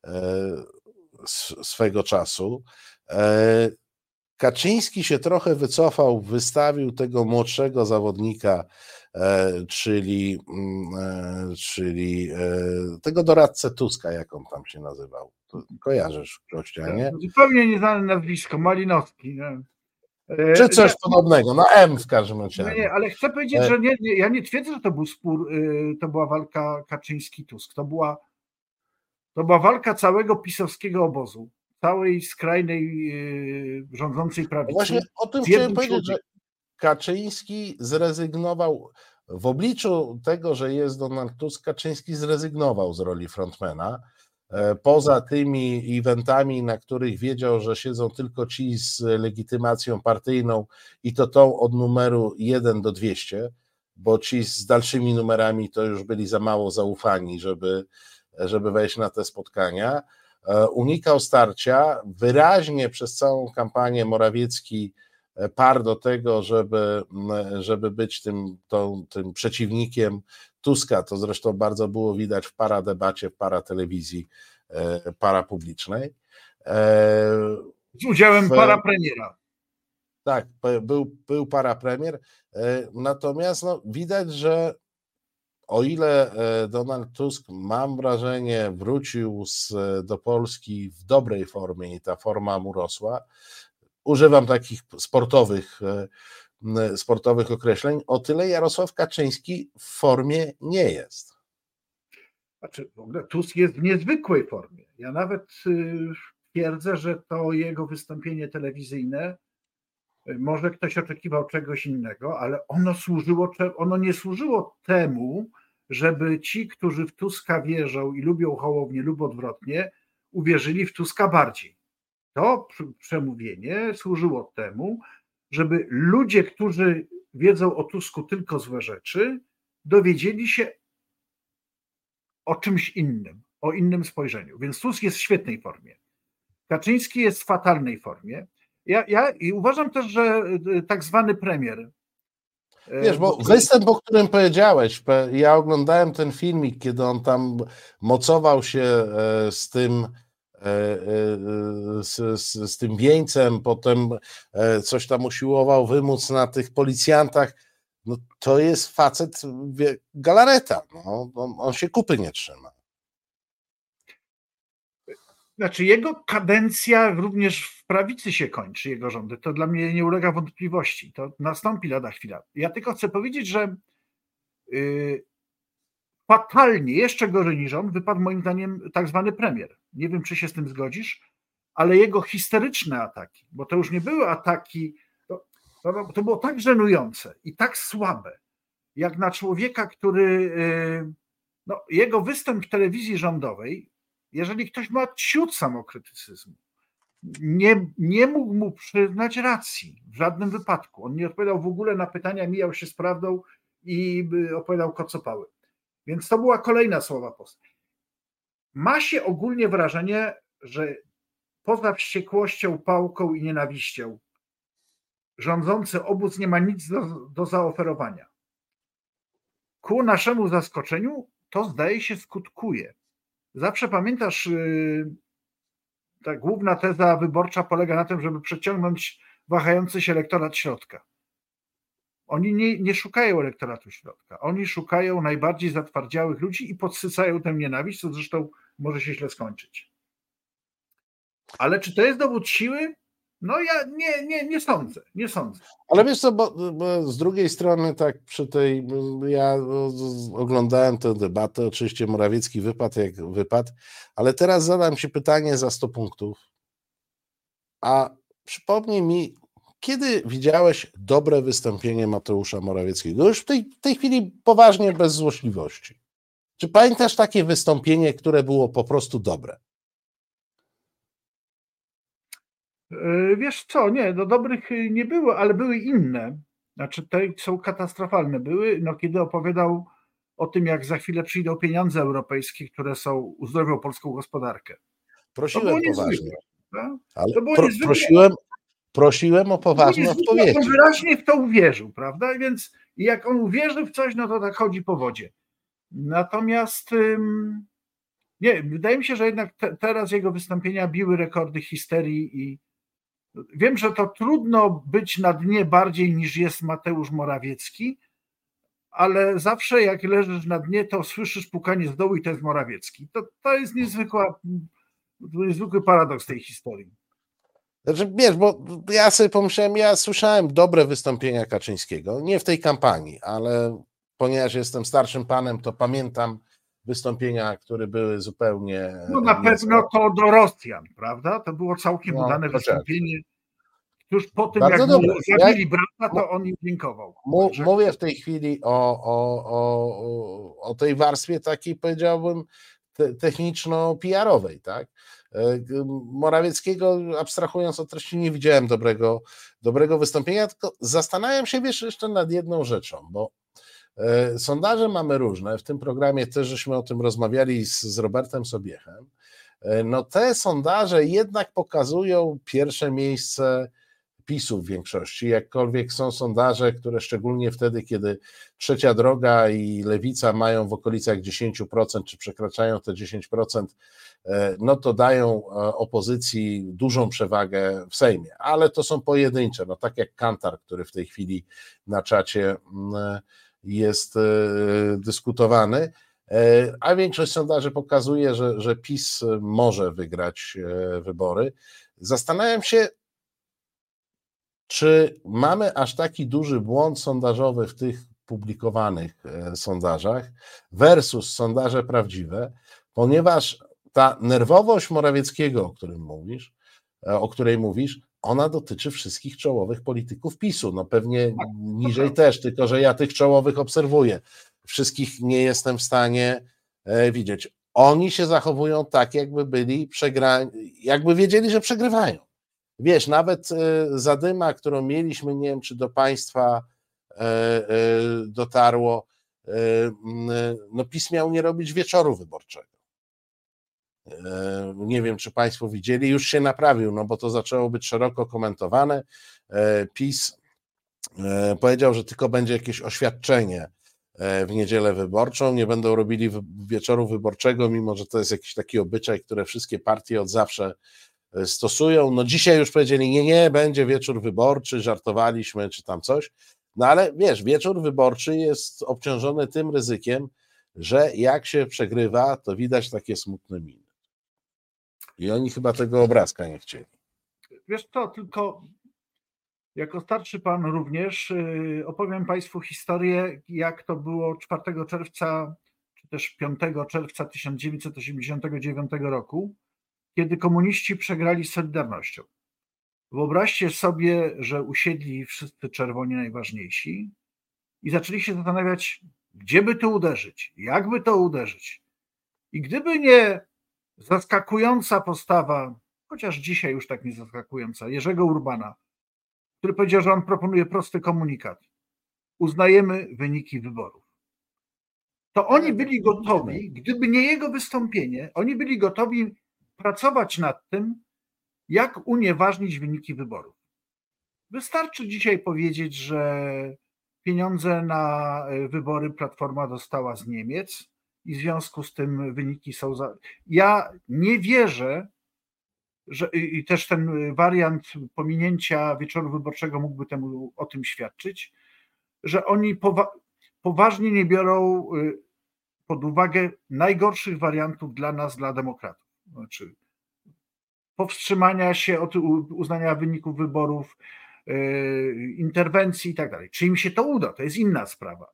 swego czasu. Kaczyński się trochę wycofał, wystawił tego młodszego zawodnika, czyli, czyli tego doradcę Tuska, jak on tam się nazywał. Kojarzysz, gościa, nie? Zupełnie nieznane nazwisko, Malinowski. Nie? Czy coś podobnego, no M w każdym razie. Nie, nie, ale chcę powiedzieć, że nie, nie, ja nie twierdzę, że to był spór, to była walka Kaczyński-Tusk. To była, to była walka całego pisowskiego obozu, całej skrajnej rządzącej prawicy. Właśnie o tym chciałem powiedzieć, że Kaczyński zrezygnował, w obliczu tego, że jest Donald Tusk, Kaczyński zrezygnował z roli frontmana. Poza tymi eventami, na których wiedział, że siedzą tylko ci z legitymacją partyjną i to tą od numeru jeden do dwieście, bo ci z dalszymi numerami to już byli za mało zaufani, żeby, żeby wejść na te spotkania. Unikał starcia, wyraźnie przez całą kampanię Morawiecki par do tego, żeby, żeby być tym, tą, tym przeciwnikiem Tuska. To zresztą bardzo było widać w paradebacie, w paratelewizji parapublicznej. Z udziałem w, parapremiera. Tak, był, był parapremier, natomiast no, widać, że o ile Donald Tusk, mam wrażenie, wrócił z, do Polski w dobrej formie i ta forma mu rosła, używam takich sportowych, sportowych określeń, o tyle Jarosław Kaczyński w formie nie jest. Znaczy, w ogóle Tusk jest w niezwykłej formie. Ja nawet twierdzę, że to jego wystąpienie telewizyjne, może ktoś oczekiwał czegoś innego, ale ono służyło, ono nie służyło temu, żeby ci, którzy w Tuska wierzą i lubią Hołownię lub odwrotnie, uwierzyli w Tuska bardziej. To przemówienie służyło temu, żeby ludzie, którzy wiedzą o Tusku tylko złe rzeczy, dowiedzieli się o czymś innym, o innym spojrzeniu. Więc Tusk jest w świetnej formie. Kaczyński jest w fatalnej formie. Ja, ja i uważam też, że tak zwany premier. Wiesz, bo występ, o którym powiedziałeś, ja oglądałem ten filmik, kiedy on tam mocował się z tym, z, z, z tym wieńcem, potem coś tam usiłował wymóc na tych policjantach. No to jest facet galareta. No, on, on się kupy nie trzyma. Znaczy jego kadencja również w prawicy się kończy, jego rządy. To dla mnie nie ulega wątpliwości. To nastąpi lada chwila. Ja tylko chcę powiedzieć, że yy, fatalnie, jeszcze gorzej niż on, wypadł moim zdaniem tak zwany premier. Nie wiem, czy się z tym zgodzisz, ale jego histeryczne ataki, bo to już nie były ataki, to, to, to było tak żenujące i tak słabe, jak na człowieka, który, yy, no, jego występ w telewizji rządowej, jeżeli ktoś ma ciut samokrytycyzmu, nie, nie mógł mu przyznać racji w żadnym wypadku. On nie odpowiadał w ogóle na pytania, mijał się z prawdą i opowiadał kocopały. Więc to była kolejna słaba postać. Ma się ogólnie wrażenie, że poza wściekłością, pałką i nienawiścią rządzący obóz nie ma nic do, do zaoferowania. Ku naszemu zaskoczeniu to zdaje się skutkuje. Zawsze pamiętasz, ta główna teza wyborcza polega na tym, żeby przeciągnąć wahający się elektorat środka. Oni nie, nie szukają elektoratu środka. Oni szukają najbardziej zatwardziałych ludzi i podsycają tę nienawiść, co zresztą może się źle skończyć. Ale czy to jest dowód siły? No ja nie, nie, nie sądzę, nie sądzę. Ale wiesz co, bo, bo z drugiej strony tak przy tej, ja oglądałem tę debatę, oczywiście Morawiecki wypadł jak wypadł, ale teraz zadam ci pytanie za sto punktów, a przypomnij mi, kiedy widziałeś dobre wystąpienie Mateusza Morawieckiego? Już w tej, w tej chwili poważnie, bez złośliwości. Czy pamiętasz takie wystąpienie, które było po prostu dobre? Wiesz co, nie, do dobrych nie było, ale były inne. Znaczy te są katastrofalne. Były, no kiedy opowiadał o tym, jak za chwilę przyjdą pieniądze europejskie, które są, uzdrowią polską gospodarkę. Prosiłem poważnie. Ale to było pro, niezwykłe. Prosiłem, prosiłem o poważne odpowiedzi. On wyraźnie w to uwierzył, prawda? Więc jak on uwierzy w coś, no to tak chodzi po wodzie. Natomiast nie, wydaje mi się, że jednak te, teraz jego wystąpienia biły rekordy histerii i wiem, że to trudno być na dnie bardziej niż jest Mateusz Morawiecki, ale zawsze jak leżysz na dnie, to słyszysz pukanie z dołu i to jest Morawiecki. To, to jest niezwykła, niezwykły paradoks tej historii. Znaczy, wiesz, bo ja sobie pomyślałem, ja słyszałem dobre wystąpienia Kaczyńskiego, nie w tej kampanii, ale ponieważ jestem starszym panem, to pamiętam wystąpienia, które były zupełnie... No na pewno to do Rosjan, prawda? To było całkiem no, udane wystąpienie. Już po tym, bardzo jak dobre. mu zabili brata, to on im dziękował. M- mówię w tej chwili o, o, o, o tej warstwie takiej, powiedziałbym, te, techniczno-P R-owej, tak? Morawieckiego, abstrahując od treści, nie widziałem dobrego, dobrego wystąpienia, tylko zastanawiam się, wiesz, jeszcze nad jedną rzeczą, bo Sondaże mamy różne, w tym programie też żeśmy o tym rozmawiali z, z Robertem Sobiechem. No te sondaże jednak pokazują pierwsze miejsce PiS-u w większości, jakkolwiek są sondaże, które szczególnie wtedy, kiedy Trzecia Droga i Lewica mają w okolicach dziesięć procent, czy przekraczają te dziesięć procent, no to dają opozycji dużą przewagę w Sejmie, ale to są pojedyncze, no tak jak Kantar, który w tej chwili na czacie jest dyskutowany, a większość sondaży pokazuje, że, że PiS może wygrać wybory. Zastanawiam się, czy mamy aż taki duży błąd sondażowy w tych publikowanych sondażach versus sondaże prawdziwe, ponieważ ta nerwowość Morawieckiego, o którym mówisz, o której mówisz, ona dotyczy wszystkich czołowych polityków PiS-u. No pewnie niżej też, tylko że ja tych czołowych obserwuję. Wszystkich nie jestem w stanie widzieć. Oni się zachowują tak, jakby byli przegrani, jakby wiedzieli, że przegrywają. Wiesz, nawet zadyma, którą mieliśmy, nie wiem, czy do Państwa dotarło, no PiS miał nie robić wieczoru wyborczego. Nie wiem, czy Państwo widzieli, już się naprawił, no bo to zaczęło być szeroko komentowane. PiS powiedział, że tylko będzie jakieś oświadczenie w niedzielę wyborczą, nie będą robili wieczoru wyborczego, mimo że to jest jakiś taki obyczaj, który wszystkie partie od zawsze stosują. No dzisiaj już powiedzieli, nie, nie, będzie wieczór wyborczy, żartowaliśmy, czy tam coś. No ale wiesz, wieczór wyborczy jest obciążony tym ryzykiem, że jak się przegrywa, to widać takie smutne miny. I oni chyba tego obrazka nie chcieli. Wiesz co, tylko jako starszy pan również opowiem Państwu historię, jak to było czwartego czerwca, czy też piątego czerwca tysiąc dziewięćset osiemdziesiątego dziewiątego roku, kiedy komuniści przegrali z Solidarnością. Wyobraźcie sobie, że usiedli wszyscy czerwoni najważniejsi i zaczęli się zastanawiać, gdzie by to uderzyć, jak by to uderzyć. I gdyby nie zaskakująca postawa, chociaż dzisiaj już tak nie zaskakująca, Jerzego Urbana, który powiedział, że on proponuje prosty komunikat. Uznajemy wyniki wyborów. To oni byli gotowi, gdyby nie jego wystąpienie, oni byli gotowi pracować nad tym, jak unieważnić wyniki wyborów. Wystarczy dzisiaj powiedzieć, że pieniądze na wybory Platforma dostała z Niemiec i w związku z tym wyniki są za... Ja nie wierzę, że i też ten wariant pominięcia wieczoru wyborczego mógłby temu o tym świadczyć, że oni powa- poważnie nie biorą pod uwagę najgorszych wariantów dla nas, dla demokratów. Znaczy powstrzymania się od uznania wyników wyborów, interwencji i tak dalej. Czy im się to uda, to jest inna sprawa.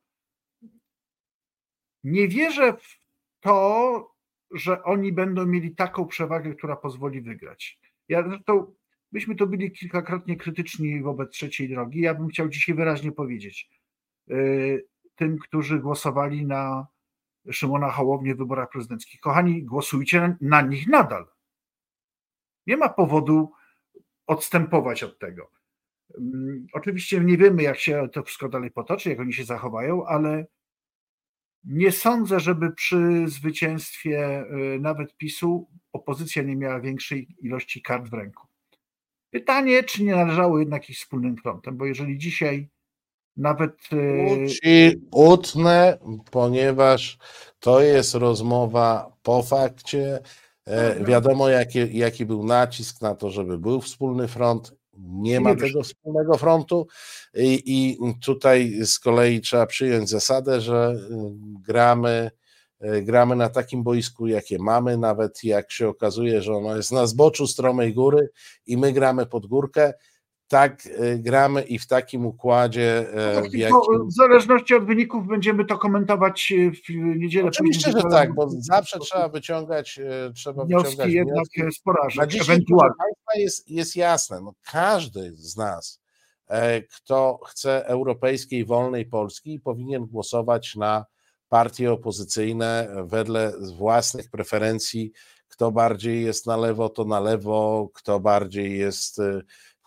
Nie wierzę w to, że oni będą mieli taką przewagę, która pozwoli wygrać. Ja zresztą, myśmy to byli kilkakrotnie krytyczni wobec trzeciej drogi. Ja bym chciał dzisiaj wyraźnie powiedzieć tym, którzy głosowali na Szymona Hołownię w wyborach prezydenckich. Kochani, głosujcie na nich nadal. Nie ma powodu odstępować od tego. Oczywiście nie wiemy, jak się to wszystko dalej potoczy, jak oni się zachowają, ale nie sądzę, żeby przy zwycięstwie nawet PiS-u opozycja nie miała większej ilości kart w ręku. Pytanie, czy nie należało jednak iść wspólnym frontem, bo jeżeli dzisiaj nawet... Ci utnę, ponieważ to jest rozmowa po fakcie. Wiadomo, jaki, jaki był nacisk na to, żeby był wspólny front. Nie ma tego wspólnego frontu i, i tutaj z kolei trzeba przyjąć zasadę, że gramy, gramy na takim boisku, jakie mamy, nawet jak się okazuje, że ono jest na zboczu stromej góry i my gramy pod górkę, tak gramy i w takim układzie. W, jakim... w zależności od wyników będziemy to komentować w niedzielę. Oczywiście, że tak, bo zawsze trzeba wyciągać, trzeba wnioski wyciągać jednak z porażek. Na dzisiaj dla Państwa jest, jest jasne, no każdy z nas, kto chce europejskiej, wolnej Polski, powinien głosować na partie opozycyjne wedle własnych preferencji. Kto bardziej jest na lewo, to na lewo, kto bardziej jest w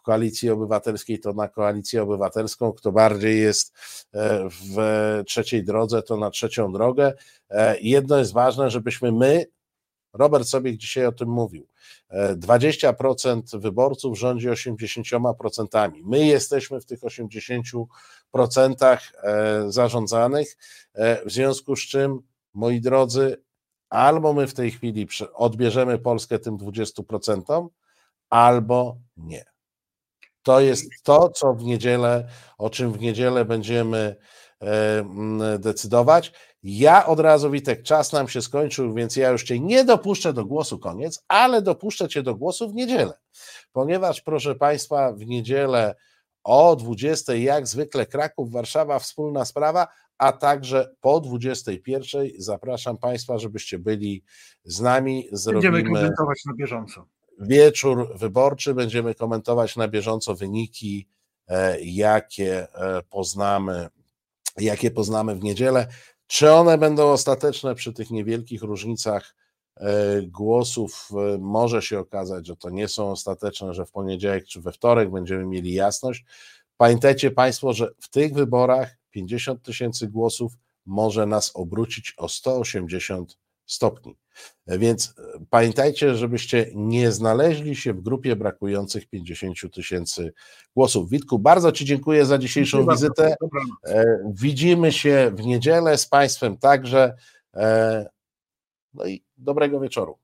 w Koalicji Obywatelskiej, to na Koalicję Obywatelską, kto bardziej jest w trzeciej drodze, to na trzecią drogę. Jedno jest ważne, żebyśmy my, Robert Sobiech dzisiaj o tym mówił, dwadzieścia procent wyborców rządzi osiemdziesięcioma procentami. My jesteśmy w tych osiemdziesięciu procentach zarządzanych, w związku z czym, moi drodzy, albo my w tej chwili odbierzemy Polskę tym dwudziestu procentom, albo nie. To jest to, co w niedzielę, o czym w niedzielę będziemy decydować. Ja od razu, Witek, czas nam się skończył, więc ja już Cię nie dopuszczę do głosu, koniec, ale dopuszczę Cię do głosu w niedzielę, ponieważ, proszę Państwa, w niedzielę o dwudziestej jak zwykle Kraków, Warszawa, wspólna sprawa, a także po dwudziestej pierwszej zapraszam Państwa, żebyście byli z nami. Zrobimy Będziemy komentować na bieżąco. Wieczór wyborczy, będziemy komentować na bieżąco wyniki, jakie poznamy, jakie poznamy w niedzielę. Czy one będą ostateczne przy tych niewielkich różnicach głosów? Może się okazać, że to nie są ostateczne, że w poniedziałek czy we wtorek będziemy mieli jasność. Pamiętajcie Państwo, że w tych wyborach pięćdziesiąt tysięcy głosów może nas obrócić o sto osiemdziesiąt stopni. Więc pamiętajcie, żebyście nie znaleźli się w grupie brakujących pięćdziesięciu tysięcy głosów. Witku, bardzo Ci dziękuję za dzisiejszą dziękuję wizytę. Bardzo. Widzimy się w niedzielę z Państwem także. No i dobrego wieczoru.